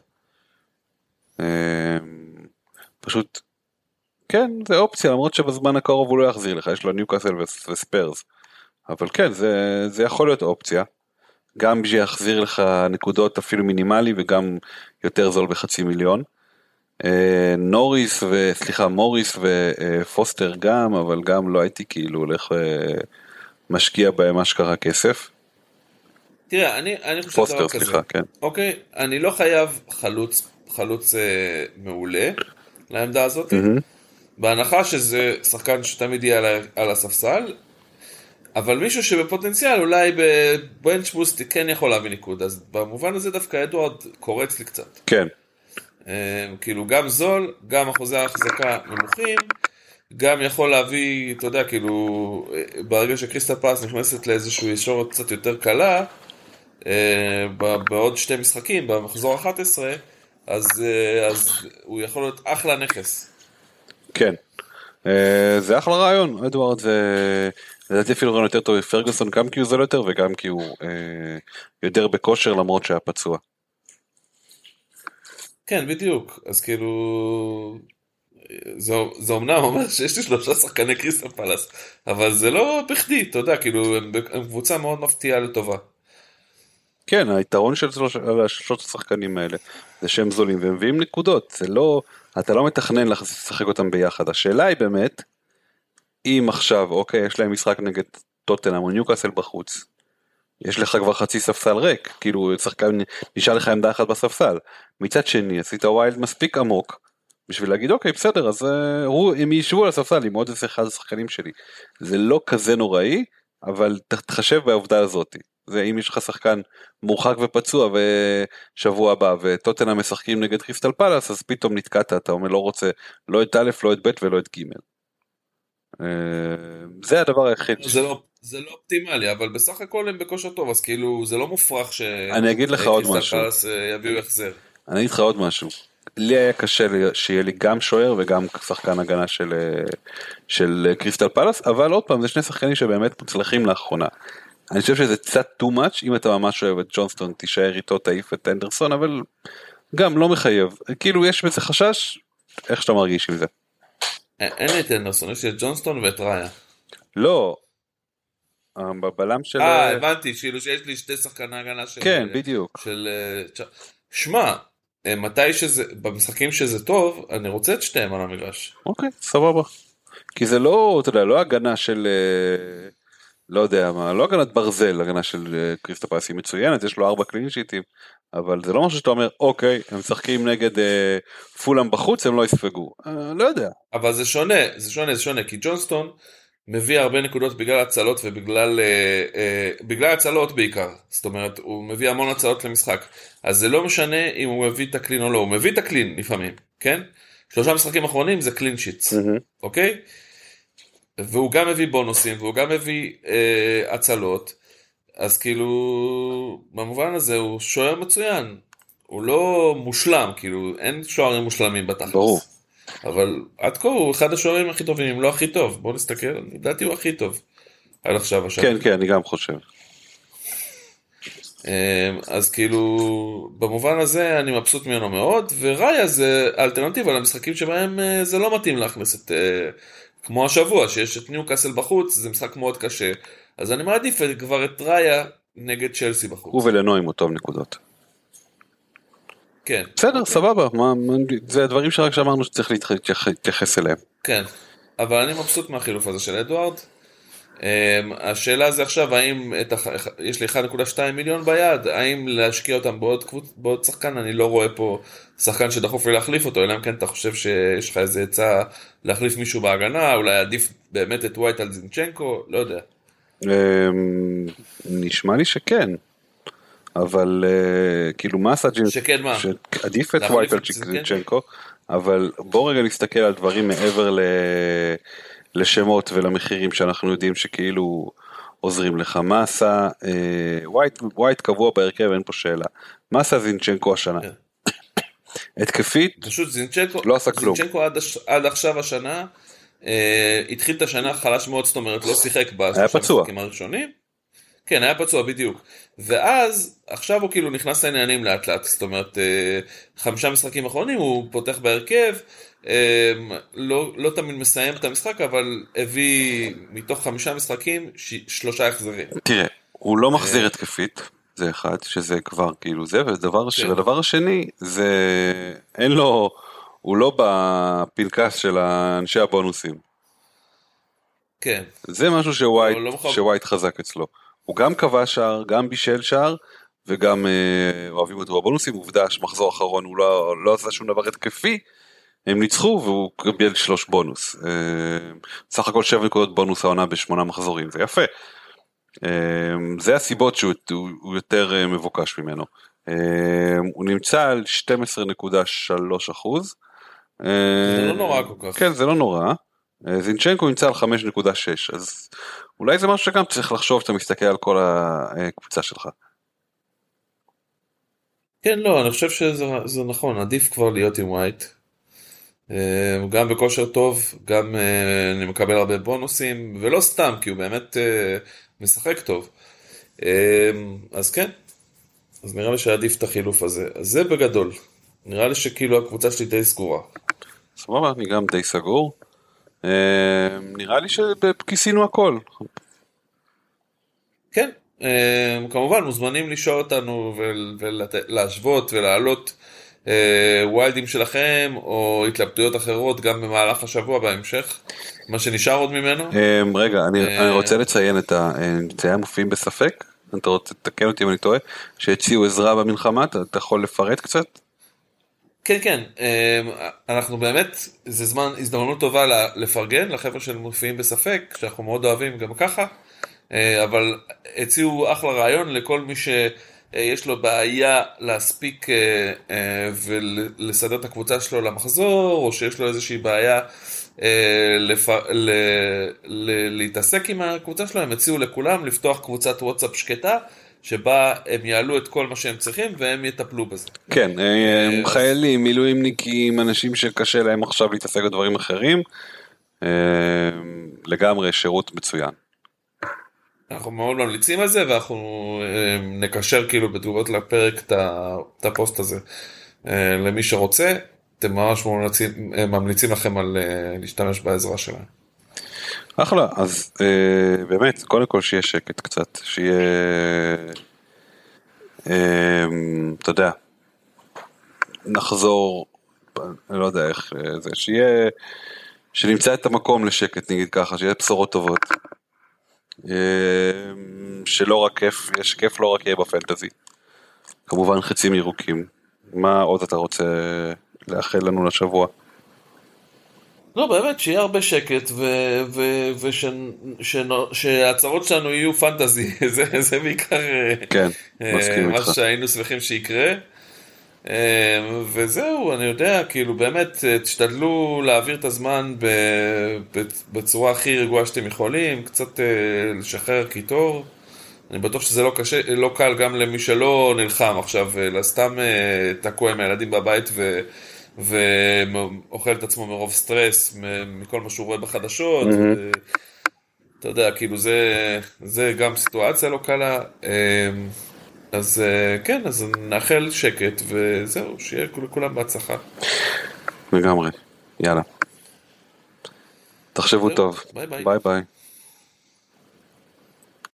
פשוט, כן, זה אופציה, למרות שבזמן הקרוב הוא לא יחזיר לך, יש לו ניוקאסל וספרס. אבל כן, זה, זה יכול להיות אופציה. גם בשביל יחזיר לך נקודות אפילו מינימלי, וגם יותר זול בחצי מיליון. נוריס ו... סליחה, מוריס ופוסטר גם, אבל גם לא הייתי כאילו הולך משקיע בהם אשכרה כסף. תראה, אני, אני חושב פוסטר, דבר סליחה, כזה. כן. אוקיי, אני לא חייב חלוץ, חלוץ אה, מעולה לעמדה הזאת. Mm-hmm. בהנחה שזה שחקן שתמיד יהיה על, ה- על הספסל, אבל מישהו שבפוטנציאל אולי בבנץ' בוסט כן יכול להביא ניקוד, אז במובן הזה דווקא אדוארד קורץ לי קצת. כן. אה, כאילו גם זול, גם אחוזי ההחזקה נמוכים, גם יכול להביא, אתה יודע, כאילו, אה, ברגע שקריסטל פלאס נכנסת לאיזושהי ישורת קצת יותר קלה, אה, ב- בעוד שתי משחקים, במחזור אחת עשרה, אז, אה, אז הוא יכול להיות אחלה נכס. כן. אה, זה אחלה רעיון, אדוארד זה... לדעתי אפילו רעיון יותר טוב בפרגוסון, גם כי הוא זול יותר וגם כי הוא אה, יותר בכושר למרות שהיה פצוע. כן, בדיוק. אז כאילו, זה, זה אומנם אומר שיש לי שלושה שחקני קריסטל פלאס, אבל זה לא בכדי, אתה יודע, כאילו, הם, הם קבוצה מאוד מפתיעה לטובה. כן, היתרון של שלוש, שלושת השחקנים האלה זה שהם זולים והם מביאים נקודות, זה לא, אתה לא מתכנן לשחק אותם ביחד. השאלה היא באמת, אם עכשיו, אוקיי, יש להם משחק נגד טוטנהאם או ניוקאסל בחוץ, יש לך כבר חצי ספסל ריק, כאילו שחקן, נשאר לך עמדה אחת בספסל. מצד שני, עשית ווילד מספיק עמוק, בשביל להגיד, אוקיי, בסדר, אז uh, הוא, הם יישבו על הספסל עם עוד איזה אחד השחקנים שלי. זה לא כזה נוראי, אבל תחשב בעובדה הזאת. זה אם יש לך שחקן מורחק ופצוע ושבוע הבא, וטוטנהאם משחקים נגד קריסטל פלאס, אז פתאום נתקעת, אתה אומר, לא רוצה, לא את א', לא את ב' ולא את ג'. זה הדבר היחיד. זה לא, זה לא אופטימלי, אבל בסך הכל הם בכושר טוב, אז כאילו, זה לא מופרך ש... אני אגיד לך עוד משהו. פלאס יביאו החזר. אני אגיד לך עוד משהו. לי היה קשה שיהיה לי גם שוער וגם שחקן הגנה של, של קריסטל פלאס, אבל עוד פעם, זה שני שחקנים שבאמת מוצלחים לאחרונה. אני חושב שזה קצת too much, אם אתה ממש אוהב את ג'ונסטון, תישאר איתו, תעיף את אנדרסון, אבל גם לא מחייב. כאילו יש בזה חשש, איך שאתה מרגיש עם זה? אין לי את אנדרסון, יש לי את ג'ונסטון ואת ראיה. לא, הבלם של... אה, הבנתי, כאילו שיש לי שתי שחקני הגנה של... כן, בדיוק. של... שמע, מתי שזה, במשחקים שזה טוב, אני רוצה את שתיהם על המגרש. אוקיי, סבבה. כי זה לא, אתה יודע, לא הגנה של... לא יודע מה, לא הגנת ברזל, הגנה של קריסטל פלאס היא מצוינת, יש לו ארבע קלין שיטים, אבל זה לא משהו שאתה אומר, אוקיי, הם משחקים נגד אה, פולאם בחוץ, הם לא יספגו. אה, לא יודע. אבל זה שונה, זה שונה, זה שונה, כי ג'ונסטון מביא הרבה נקודות בגלל הצלות ובגלל אה, אה, בגלל הצלות בעיקר. זאת אומרת, הוא מביא המון הצלות למשחק. אז זה לא משנה אם הוא מביא את הקלין או לא, הוא מביא את הקלין לפעמים, כן? שלושה משחקים אחרונים זה קלין שיטס, Mm-hmm. אוקיי? והוא גם מביא בונוסים, והוא גם מביא אה, הצלות, אז כאילו, במובן הזה הוא שוער מצוין, הוא לא מושלם, כאילו, אין שוערים מושלמים בתכלס. ברור. אבל עד כה הוא אחד השוערים הכי טובים, אם לא הכי טוב, בוא נסתכל, לדעתי הוא הכי טוב, עד עכשיו השנה. כן, כן, אני גם חושב. אז כאילו, במובן הזה אני מבסוט ממנו מאוד, וראיה זה אלטרנטיבה למשחקים שבהם זה לא מתאים להכניס את... כמו השבוע, שיש את ניוקאסל בחוץ, זה משחק מאוד קשה, אז אני מעדיף כבר את ראיה נגד צ'לסי בחוץ. הוא ולנו עם אותו נקודות. כן. בסדר, סבבה, מה, מה, זה הדברים שרק שאמרנו שצריך להתייחס אליהם. כן, אבל אני מבסוט מהחילוף הזה של אדוארד. השאלה זה עכשיו, האם את הח... יש לי אחד נקודה שתיים מיליון ביד, האם להשקיע אותם בעוד, קבוצ... בעוד שחקן, אני לא רואה פה שחקן שדחוף לי להחליף אותו, אלא אם כן אתה חושב שיש לך איזה הצעה להחליף מישהו בהגנה, אולי עדיף באמת את ווייט על זינצ'נקו, לא יודע. נשמע לי שכן, אבל כאילו מה הסאג'ין, שכן מה? שעדיף את ווייט על זינצ'נקו, אבל בוא רגע נסתכל על דברים מעבר ל... לשמות ולמחירים שאנחנו יודעים שכאילו עוזרים לך. מה עשה, אה, ווייט, ווייט קבוע בהרכב, אין פה שאלה. מה עשה זינצ'נקו השנה? כן. התקפית, פשוט זינצ'נקו, לא עשה כלום. זינצ'נקו עד, עד עכשיו השנה, אה, התחיל את השנה חלש מאוד, זאת אומרת, לא שיחק בשלושה משחקים הראשונים. כן, היה פצוע בדיוק. ואז, עכשיו הוא כאילו נכנס לעניינים לאט לאט, זאת אומרת, חמישה משחקים אחרונים, הוא פותח בהרכב, לא, לא תמיד מסיים את המשחק, אבל הביא מתוך חמישה משחקים, שלושה החזרים. תראה, הוא לא מחזיר התקפית, זה אחד, שזה כבר כאילו זה, והדבר, כן. והדבר השני, זה, אין לו, הוא לא בפנקס של אנשי הבונוסים. כן. זה משהו שווייט, לא, לא שווייט חזק אצלו. הוא גם קבע שער, גם בישל שער, וגם אה, אוהבים אותו בבונוסים, עובדה שמחזור אחרון הוא לא, לא עשה שום דבר התקפי, הם ניצחו והוא קיבל שלוש בונוס. אה, סך הכל שבע נקודות בונוס העונה בשמונה מחזורים, זה יפה. אה, זה הסיבות שהוא הוא, הוא יותר אה, מבוקש ממנו. אה, הוא נמצא על שתים עשרה נקודה שלוש אחוז. אה, זה לא נורא כל כך. כן, זה לא נורא. זינצ'נקו נמצא על חמש נקודה שש, אז אולי זה משהו שגם צריך לחשוב שאתה מסתכל על כל הקבוצה שלך. כן, לא, אני חושב שזה נכון, עדיף כבר להיות עם ווייט. גם בכושר טוב, גם אני מקבל הרבה בונוסים, ולא סתם, כי הוא באמת משחק טוב. אז כן, אז נראה לי שעדיף את החילוף הזה. אז זה בגדול. נראה לי שכאילו הקבוצה שלי די סגורה. סבבה, אני גם די סגור. נראה לי שכיסינו הכל. כן, כמובן מוזמנים לשאול אותנו ולהשוות ולהעלות ווילדים שלכם או התלבטויות אחרות גם במהלך השבוע בהמשך, מה שנשאר עוד ממנו. רגע, אני רוצה לציין את האמצעים מופיעים בספק, אתה רוצה לתקן אותי אם אני טועה, שהציעו עזרה במלחמה, אתה יכול לפרט קצת? כן, כן, אנחנו באמת, זה זמן, הזדמנות טובה לפרגן לחבר'ה של מופיעים בספק, שאנחנו מאוד אוהבים גם ככה, אבל הציעו אחלה רעיון לכל מי שיש לו בעיה להספיק ולסדר את הקבוצה שלו למחזור, או שיש לו איזושהי בעיה להתעסק עם הקבוצה שלו, הם הציעו לכולם לפתוח קבוצת וואטסאפ שקטה, שבה הם יעלו את כל מה שהם צריכים, והם יטפלו בזה. כן, חיילים, מילואימניקים, אנשים שקשה להם עכשיו להתעסק בדברים אחרים, לגמרי שירות מצוין. אנחנו מאוד ממליצים על זה, ואנחנו נקשר כאילו בתגובות לפרק את הפוסט הזה למי שרוצה, אתם ממש ממליצים, ממליצים לכם על להשתמש בעזרה שלהם. אחלה, אז אה, באמת, קודם כל שיהיה שקט קצת, שיהיה, אה, אתה יודע, נחזור, אני לא יודע איך זה, שיהיה, שנמצא את המקום לשקט, נגיד ככה, שיהיה בשורות טובות. אה, שלא רק כיף, יש כיף לא רק יהיה בפנטזי. כמובן חצים ירוקים. מה עוד אתה רוצה לאחל לנו לשבוע? לא, באמת, שיהיה הרבה שקט, ושההצהרות שלנו יהיו פנטזי, זה בעיקר כן, מסכים מה איתך. שהיינו שמחים שיקרה. וזהו, אני יודע, כאילו באמת, תשתדלו להעביר את הזמן בצורה הכי רגועה שאתם יכולים, קצת לשחרר קיטור. אני בטוח שזה לא קשה, לא קל גם למי שלא נלחם עכשיו, סתם תקוע עם הילדים בבית ו... ואוכל את עצמו מרוב סטרס מכל מה שהוא רואה בחדשות. אתה יודע, כאילו זה, זה גם סיטואציה לא קלה. אז כן, אז נאחל שקט וזהו, שיהיה לכולם בהצלחה. לגמרי, יאללה. תחשבו טוב. ביי ביי. ביי ביי.